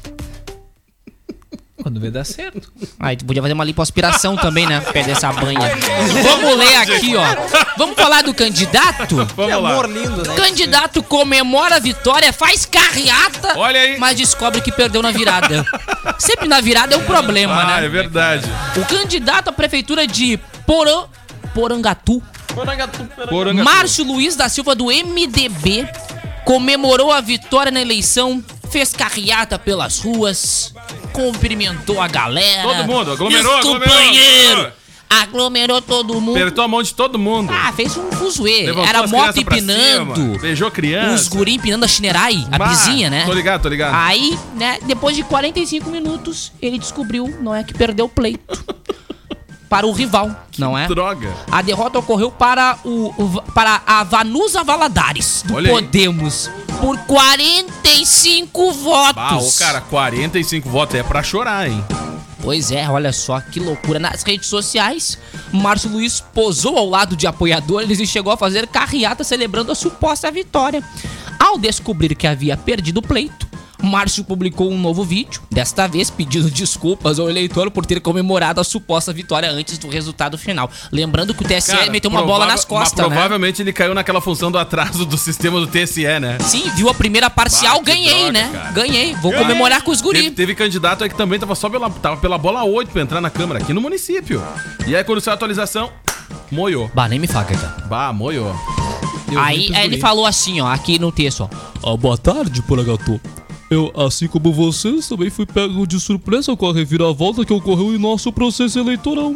Quando vê dar certo. Aí tu podia fazer uma lipoaspiração também, né? Perder essa banha. Vamos ler aqui, ó. Vamos falar do candidato? Vamos lá. Amor lindo, né? O candidato comemora a vitória, faz carreata, Olha aí. mas descobre que perdeu na virada. Sempre na virada é um problema, Ah, né? é verdade. O candidato à prefeitura de Porã, Porangatu, Poranga- Márcio Luiz da Silva, do M D B, comemorou a vitória na eleição, fez carreata pelas ruas, cumprimentou a galera. Todo mundo, aglomerou, e os aglomerou. companheiros. Aglomerou todo mundo. Apertou a mão de todo mundo. Ah, fez um fuzuê. Levantou Era as moto crianças pra empinando. cima, beijou criança. Os guri empinando a chinerai, a Bah, vizinha, né? Tô ligado, tô ligado. Aí, né, depois de quarenta e cinco minutos, ele descobriu, não é que perdeu o pleito. Para o rival, não é? Droga. A derrota ocorreu para, o, o- para a Vanusa Valadares, do Olha aí. Podemos, por quarenta e cinco votos. Ah, ô, cara, quarenta e cinco votos é pra chorar, hein? Pois é, olha só que loucura. Nas redes sociais, Márcio Luiz posou ao lado de apoiadores e chegou a fazer carreata celebrando a suposta vitória. Ao descobrir que havia perdido o pleito, Márcio publicou um novo vídeo, desta vez pedindo desculpas ao eleitor por ter comemorado a suposta vitória antes do resultado final. Lembrando que o T S E Cara, meteu uma bola provável- nas costas, mas né? provavelmente ele caiu naquela função do atraso do sistema do T S E, né? Sim, viu a primeira parcial, Bah, que ganhei, droga, né? cara. Ganhei. Vou Ganhei. comemorar com os guri. Teve, teve candidato aí que também tava só pela, tava pela bola oito pra entrar na Câmara, aqui no município. E aí quando saiu a atualização, moiou. Bah, nem me faca, cara. Bah, moiou. Aí, aí ele falou assim, ó, aqui no texto, ó. Ah, boa tarde, Porangatu. Eu, assim como vocês, também fui pego de surpresa com a reviravolta que ocorreu em nosso processo eleitoral.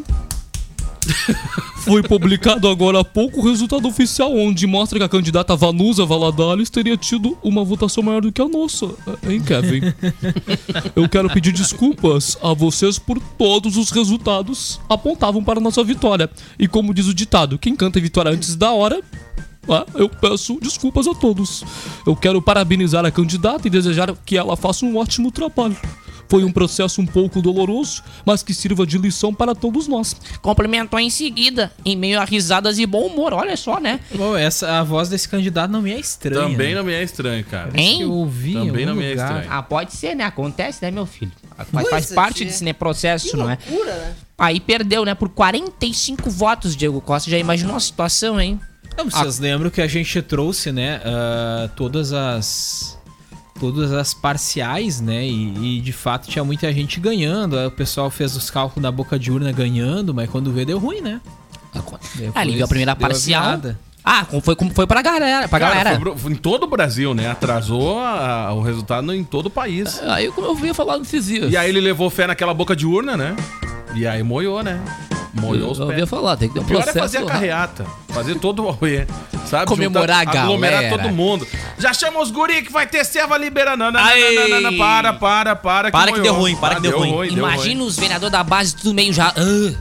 Foi publicado agora há pouco o resultado oficial, onde mostra que a candidata Vanusa Valadares teria tido uma votação maior do que a nossa. Hein, Kevin? Eu quero pedir desculpas a vocês por todos os resultados apontavam para a nossa vitória. E como diz o ditado, quem canta vitória antes da hora... Ah, eu peço desculpas a todos. Eu quero parabenizar a candidata e desejar que ela faça um ótimo trabalho. Foi um processo um pouco doloroso, mas que sirva de lição para todos nós. Complementou em seguida, em meio a risadas e bom humor, olha só, né? Bom, essa, a voz desse candidato não me é estranha. Também né? não me é estranho, cara. Parece Hein? que eu ouvi em Também algum não me é lugar. estranho. Ah, pode ser, né? Acontece, né, meu filho? Faz, Pois faz é, parte tia. desse né, processo, Que não é? loucura, né? Aí perdeu, né? Por quarenta e cinco votos, Diego Costa. Já imaginou a situação, hein? Não, vocês lembram que a gente trouxe, né, ah, todas as todas as parciais, né, e, e de fato tinha muita gente ganhando. Aí o pessoal fez os cálculos da boca de urna ganhando, mas quando vê deu ruim, né? Ah, ele viu a primeira deu parcial. virada. Ah, como foi, como foi pra galera. Pra Cara, galera. foi pro- em todo o Brasil, né? Atrasou a- o resultado em todo o país. Aí como eu vinha falar nesses dias. E aí ele levou fé naquela boca de urna, né? E aí moiou, né? Moiou os Eu pés. vinha falar, tem que ter um O pior é processo. fazer a carreata. Fazer todo o auê, sabe? Comemorar Juntar- a aglomerar galera. todo mundo. Já chama os guri que vai ter serva liberando. Não, não, não, Aê! não, não, não, não, para, para, para. Para que moiou. deu ruim, para que deu ruim. deu Imagina os vereadores da base tudo meio já. ah,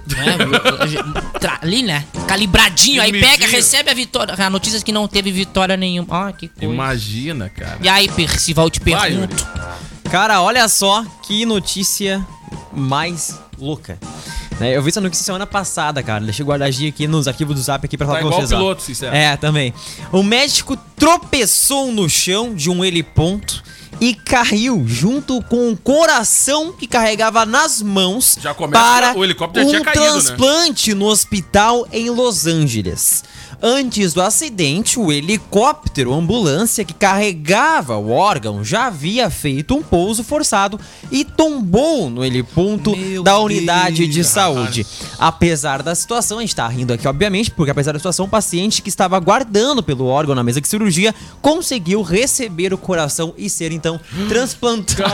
né? Tra- Ali, né? Calibradinho. Aí Timidinho. pega, recebe a vitória. A notícia é que não teve vitória nenhuma. Ah, que coisa. Imagina, cara. E aí, Percival, eu te Vai, pergunto. Cara, olha só que notícia mais louca. Né, eu vi essa notícia semana passada, cara. Deixei guardadinho aqui nos arquivos do Zap aqui pra falar Tá com igual vocês. o ó. piloto, sincero. É, também. O médico tropeçou no chão de um heliponto e caiu junto com o coração que carregava nas mãos Já começa- para o helicóptero já um tinha caído, né? transplante no hospital em Los Angeles. Antes do acidente, o helicóptero ambulância que carregava o órgão já havia feito um pouso forçado e tombou no heliponto Meu da unidade Deus. de saúde. Apesar da situação, a gente tá rindo aqui, obviamente, porque apesar da situação, o paciente que estava aguardando pelo órgão na mesa de cirurgia conseguiu receber o coração e ser, então, transplantado.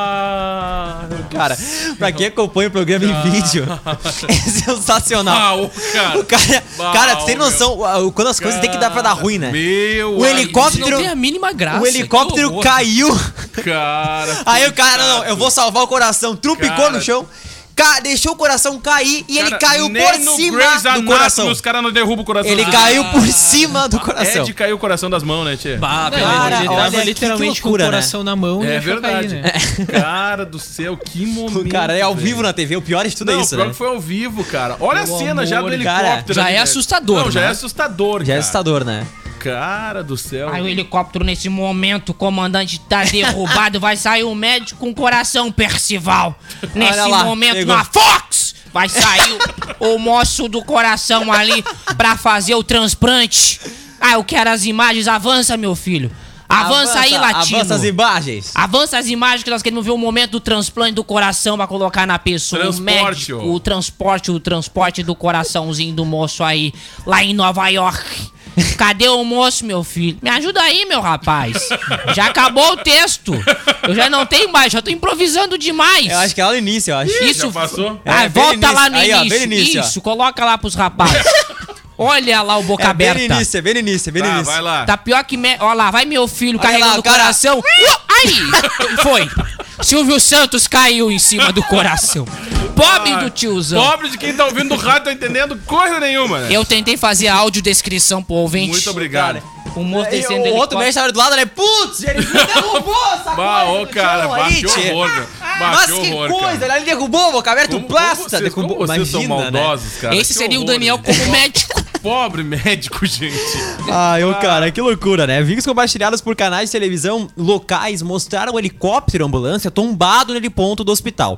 Cara, pra quem acompanha o programa em vídeo, é sensacional. Ah, o cara. O cara, Bah, cara, tu tem ô, noção o- quando as coisas tem que dar pra dar ruim, né? Meu O helicóptero, Isso não tem a mínima graça. o helicóptero que horror. caiu. Cara. Aí o cara, não, eu vou salvar o coração, trupicou Cara. no chão, ca- deixou o coração cair e ele Cara, caiu nem por no cima Grey's do Anatomy coração. Os caras não derrubam o coração. Ele Ah, caiu por cima do coração. É de cair o coração das mãos, né, tchê? Bah, pelo Cara, amor de Deus, ele olha tava que literalmente loucura, com o né? coração na mão e É deixou verdade. cair, né? Cara do céu, que momento. O cara é ao velho. vivo na T V, o pior de tudo Não, é isso, pior né? que foi ao vivo, cara. Olha Pelo a cena já do amor, helicóptero. cara. Já ali, é velho. assustador, Não, já né? é assustador, Já é cara. assustador, né? Cara do céu. Aí o helicóptero, nesse momento, o comandante tá derrubado, vai sair o médico com o coração, Percival. Nesse Olha lá, momento, pegou. na Fox, vai sair o, o moço do coração ali pra fazer o transplante. Ah, eu quero as imagens, avança, meu filho. Avança, aí, Latino. Avança as imagens. Avança as imagens que nós queremos ver o momento do transplante do coração pra colocar na pessoa. Transporte, o médico, ó. o transporte, o transporte do coraçãozinho do moço aí, lá em Nova York. Cadê o moço, meu filho? Me ajuda aí, meu rapaz. Já acabou o texto. Eu já não tenho mais, já tô improvisando demais. Eu acho que é lá no início, eu acho. Isso. Já passou? Ah, É, bem volta no lá início. no Aí, ó, início. bem no início, ó. Isso, coloca lá pros rapazes. Olha lá o boca É bem aberta. no início, é bem no início, é bem no Tá, início. vai lá. Tá pior que... Me... Ó lá, vai meu filho Olha carregando lá, o o cara- coração. Uh, aí! Foi. Silvio Santos caiu em cima do coração. Pobre do tiozão. Pobre de quem tá ouvindo do rádio, tá entendendo coisa nenhuma, né? Eu tentei fazer a audiodescrição pro ouvinte. Muito obrigado. O moço E descendo o do outro helicóptero. médico tava do lado, né? Putz, ele me derrubou essa Bah, coisa ô, no cara, chão bah, aí, que tchê. horror, velho. Bah, Mas que que horror, coisa, cara. ele derrubou, boca aberta, Como- o plasta. como vocês, derrubou. como vocês são Imagina, né? maldosos, cara. Esse Que seria o horror, Daniel né? como médico. Pobre médico, gente. Ai, ô cara, que loucura, né? Vídeos compartilhados por canais de televisão locais mostraram o helicóptero ambulância tombado naquele ponto do hospital.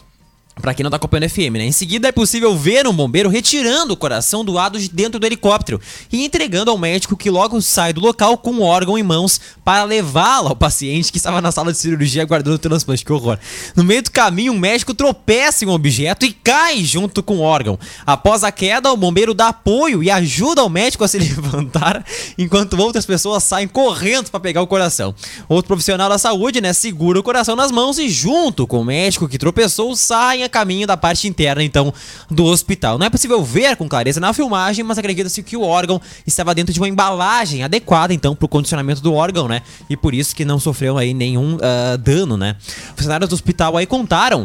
Pra quem não tá acompanhando F M, né? Em seguida é possível ver um bombeiro retirando o coração doado de dentro do helicóptero e entregando ao médico que logo sai do local com o órgão em mãos para levá-lo ao paciente que estava na sala de cirurgia aguardando o transplante. Que horror. No meio do caminho, um médico tropeça em um objeto e cai junto com o órgão. Após a queda, o bombeiro dá apoio e ajuda o médico a se levantar, enquanto outras pessoas saem correndo para pegar o coração. Outro profissional da saúde, né, segura o coração nas mãos e junto com o médico que tropeçou, saem a caminho da parte interna, então, do hospital. Não é possível ver com clareza na filmagem, mas acredita-se que o órgão estava dentro de uma embalagem adequada, então, para o condicionamento do órgão, né? E por isso que não sofreu aí nenhum uh, dano, né? Funcionários do hospital aí contaram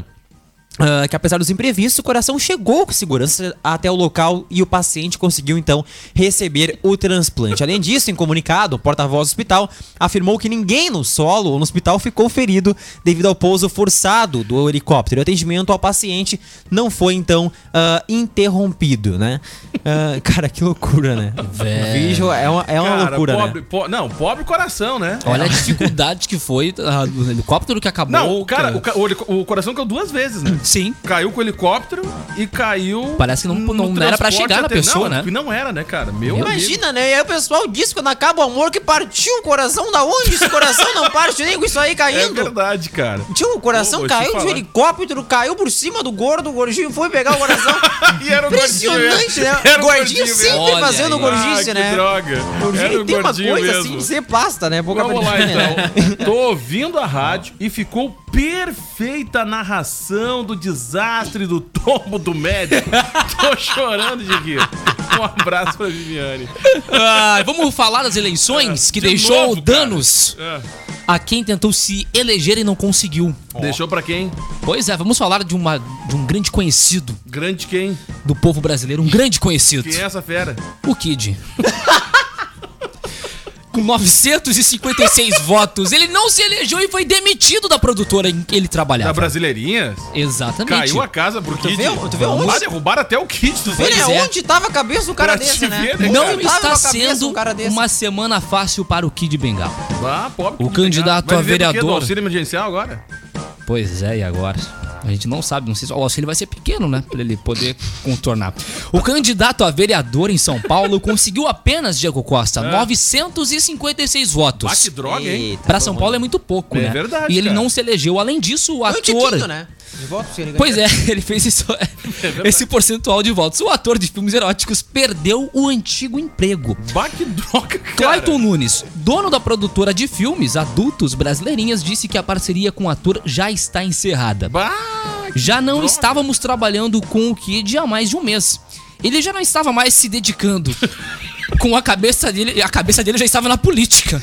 Uh, que apesar dos imprevistos, o coração chegou com segurança até o local e o paciente conseguiu então receber o transplante. Além disso, em comunicado, o porta-voz do hospital afirmou que ninguém no solo ou no hospital ficou ferido devido ao pouso forçado do helicóptero. O atendimento ao paciente não foi então uh, interrompido, né? Uh, cara, que loucura, né? O vídeo é uma, é uma Cara, loucura, pobre, né? po- Não, pobre coração, né? Olha a dificuldade que foi ah, do helicóptero que acabou. Não, o cara, o, ca- o helico- o coração caiu duas vezes, né? Sim. Caiu com o helicóptero e caiu. Parece que não- no não era pra transporte chegar na até- pessoa, não, né? Não era, né, cara? Meu amigo. Imagina, né? E aí o pessoal disse quando acaba o amor que partiu o coração. Da onde esse coração não parte nem com isso aí É caindo? verdade, cara. Tio, o coração Pô, vou te caiu de falar. helicóptero, caiu por cima do gordo, o gordinho foi pegar o coração. E era o Impressionante, gordinho, né? era O o gordinho gordinho sempre mesmo. fazendo Olha gordice, ah, né? Que droga. O gordinho Era o tem uma gordinho coisa mesmo. assim de ser pasta, né? Pouca Vamos lá, verdade. então. Tô ouvindo a rádio e ficou perfeita a narração do desastre do tombo do médico. Tô chorando de rir. Um abraço pra Viviane. Ah, vamos falar das eleições que De deixou novo, cara. danos É. a quem tentou se eleger e não conseguiu. Deixou pra quem? Pois é, vamos falar de, uma, de um grande conhecido Grande quem? do povo brasileiro, um grande conhecido, Quem é essa fera? o Kid. Com novecentos e cinquenta e seis votos, ele não se elegeu e foi demitido da produtora em que ele trabalhava. Da Brasileirinhas? Exatamente. Caiu a casa pro Kid. vê- tu vê onde? Ah, derrubaram até o Kid. Tu Olha, Pois é. onde tava a cabeça do cara Pra desse, te né? ver, né, Não cara? Onde tava está a cabeça sendo um cara desse? uma semana fácil para o Kid Bengala. Ah, pobre O Kid candidato Bengala. a Vai viver do quê? vereador. Do auxílio emergencial agora? Pois é, e agora? A gente não sabe, não sei se o auxílio vai ser pequeno, né? Pra ele poder contornar. O candidato a vereador em São Paulo conseguiu apenas, Diego Costa, É. novecentos e cinquenta e seis votos. Ah, que droga, hein? Eita, Pra São Paulo é muito pouco, É né? verdade, E ele cara. não se elegeu. Além disso, o Foi um ator... tiquinho, né? De voto, se ele ganhar. Pois é, ele fez isso, esse percentual de votos. O ator de filmes eróticos perdeu o antigo emprego. Bah, que droga, cara. Clayton Nunes, dono da produtora de filmes adultos brasileirinhas, disse que a parceria com o ator já está encerrada. Bah, que Já não droga. estávamos trabalhando com o Kid há mais de um mês. Ele já não estava mais se dedicando. Com a cabeça dele, a cabeça dele já estava na política.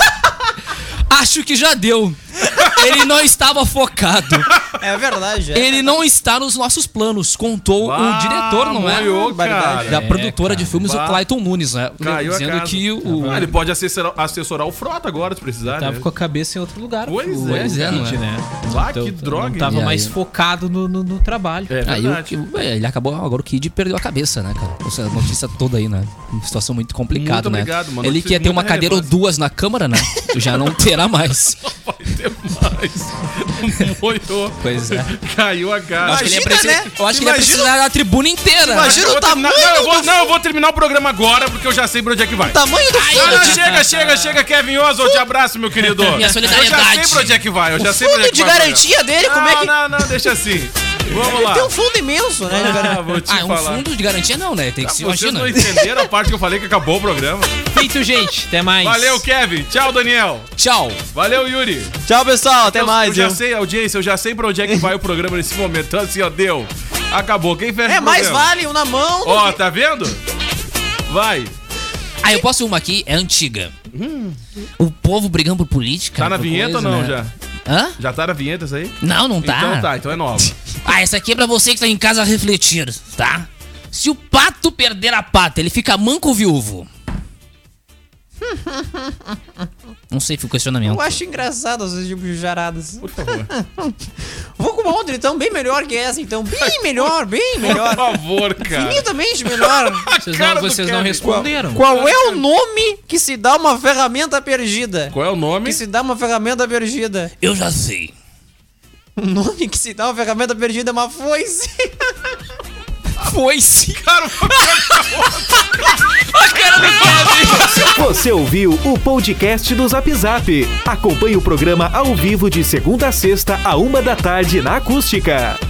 Acho que já deu. Ele não estava focado. É verdade, é. Ele não está nos nossos planos, contou Bah, o diretor, não é? moiou, cara. Da produtora de filmes, Bah. o Clayton Nunes, né? Caiu a Dizendo casa. que o... Ah, ele pode assessorar, assessorar o Frota agora, se precisar, Tava né? com a cabeça em outro lugar. Pois o é, Kid, é, não é? né? Bah, que Então, droga, Não tava hein? mais E aí? focado no, no, no trabalho. É Aí verdade. o, é, ele acabou, agora o Kid perdeu a cabeça, né, cara? Essa notícia toda aí, né? Uma situação muito complicada, Muito né? obrigado, uma Ele notícia que ia ter de uma muita cadeira ou relevância. duas na Câmara, né? Já não terá mais. Vai ter mais. Moiou. Pois é. Caiu a Eu cara. acho que ele ia, Imagina, precisar- né? eu acho que ele ia Imagina- precisar da tribuna inteira. Imagina Eu o vou terminar- tamanho não, eu vou, do- não, eu vou terminar o programa agora, porque eu já sei pra onde é que vai. Tamanho do Ah, fundo. não, chega, chega, chega, Kevin Oswald, te abraço, meu querido. Minha Eu já solidariedade. sei pra onde é que vai, eu já sei pra onde é Fundo que de vai. o garantia dele, programa. como é que... Não, não, não, deixa assim. Vamos lá. Tem um fundo imenso, né? de garantia. Ah, vou te Ah, um falar. fundo de garantia não, né? Tem que Ah, se vocês imagina. não entenderam a parte que eu falei que acabou o programa. Feito, gente. Até mais. Valeu, Kevin. Tchau, Daniel. Tchau. Valeu, Yuri. Tchau, pessoal. Até Eu- mais, Eu já viu? sei, audiência, eu já sei pra onde é que vai o programa nesse momento. Então, assim, ó, deu. Acabou. Quem fecha É, o mais programa? vale um na mão. do Ó, que- tá vendo? Vai. Ah, eu posso uma aqui, é antiga. O povo brigando por política. Tá na por vinheta coisa, ou não né? já? Hã? Já tá na vinheta isso aí? Não, não tá. Então tá, então é nova. Ah, essa aqui é pra você que tá em casa refletir, tá? Se o pato perder a pata, ele fica manco ou viúvo? Não sei, foi o questionamento. Eu acho engraçado esses tipos de jaradas. Por favor. Vou com uma outra, então, bem melhor que essa, então. Bem melhor, bem Por melhor. favor, cara. Infinitamente melhor. Vocês cara não, do vocês não Kevin. responderam. Qual é o nome que se dá uma ferramenta perdida? Qual é o nome? Que se dá uma ferramenta perdida. Eu já sei. O nome que se dá uma ferramenta perdida é uma foice. Foi sim. Cara, Você ouviu o podcast do Zap Zap. Acompanhe o programa ao vivo de segunda a sexta, a uma da tarde na Acústica.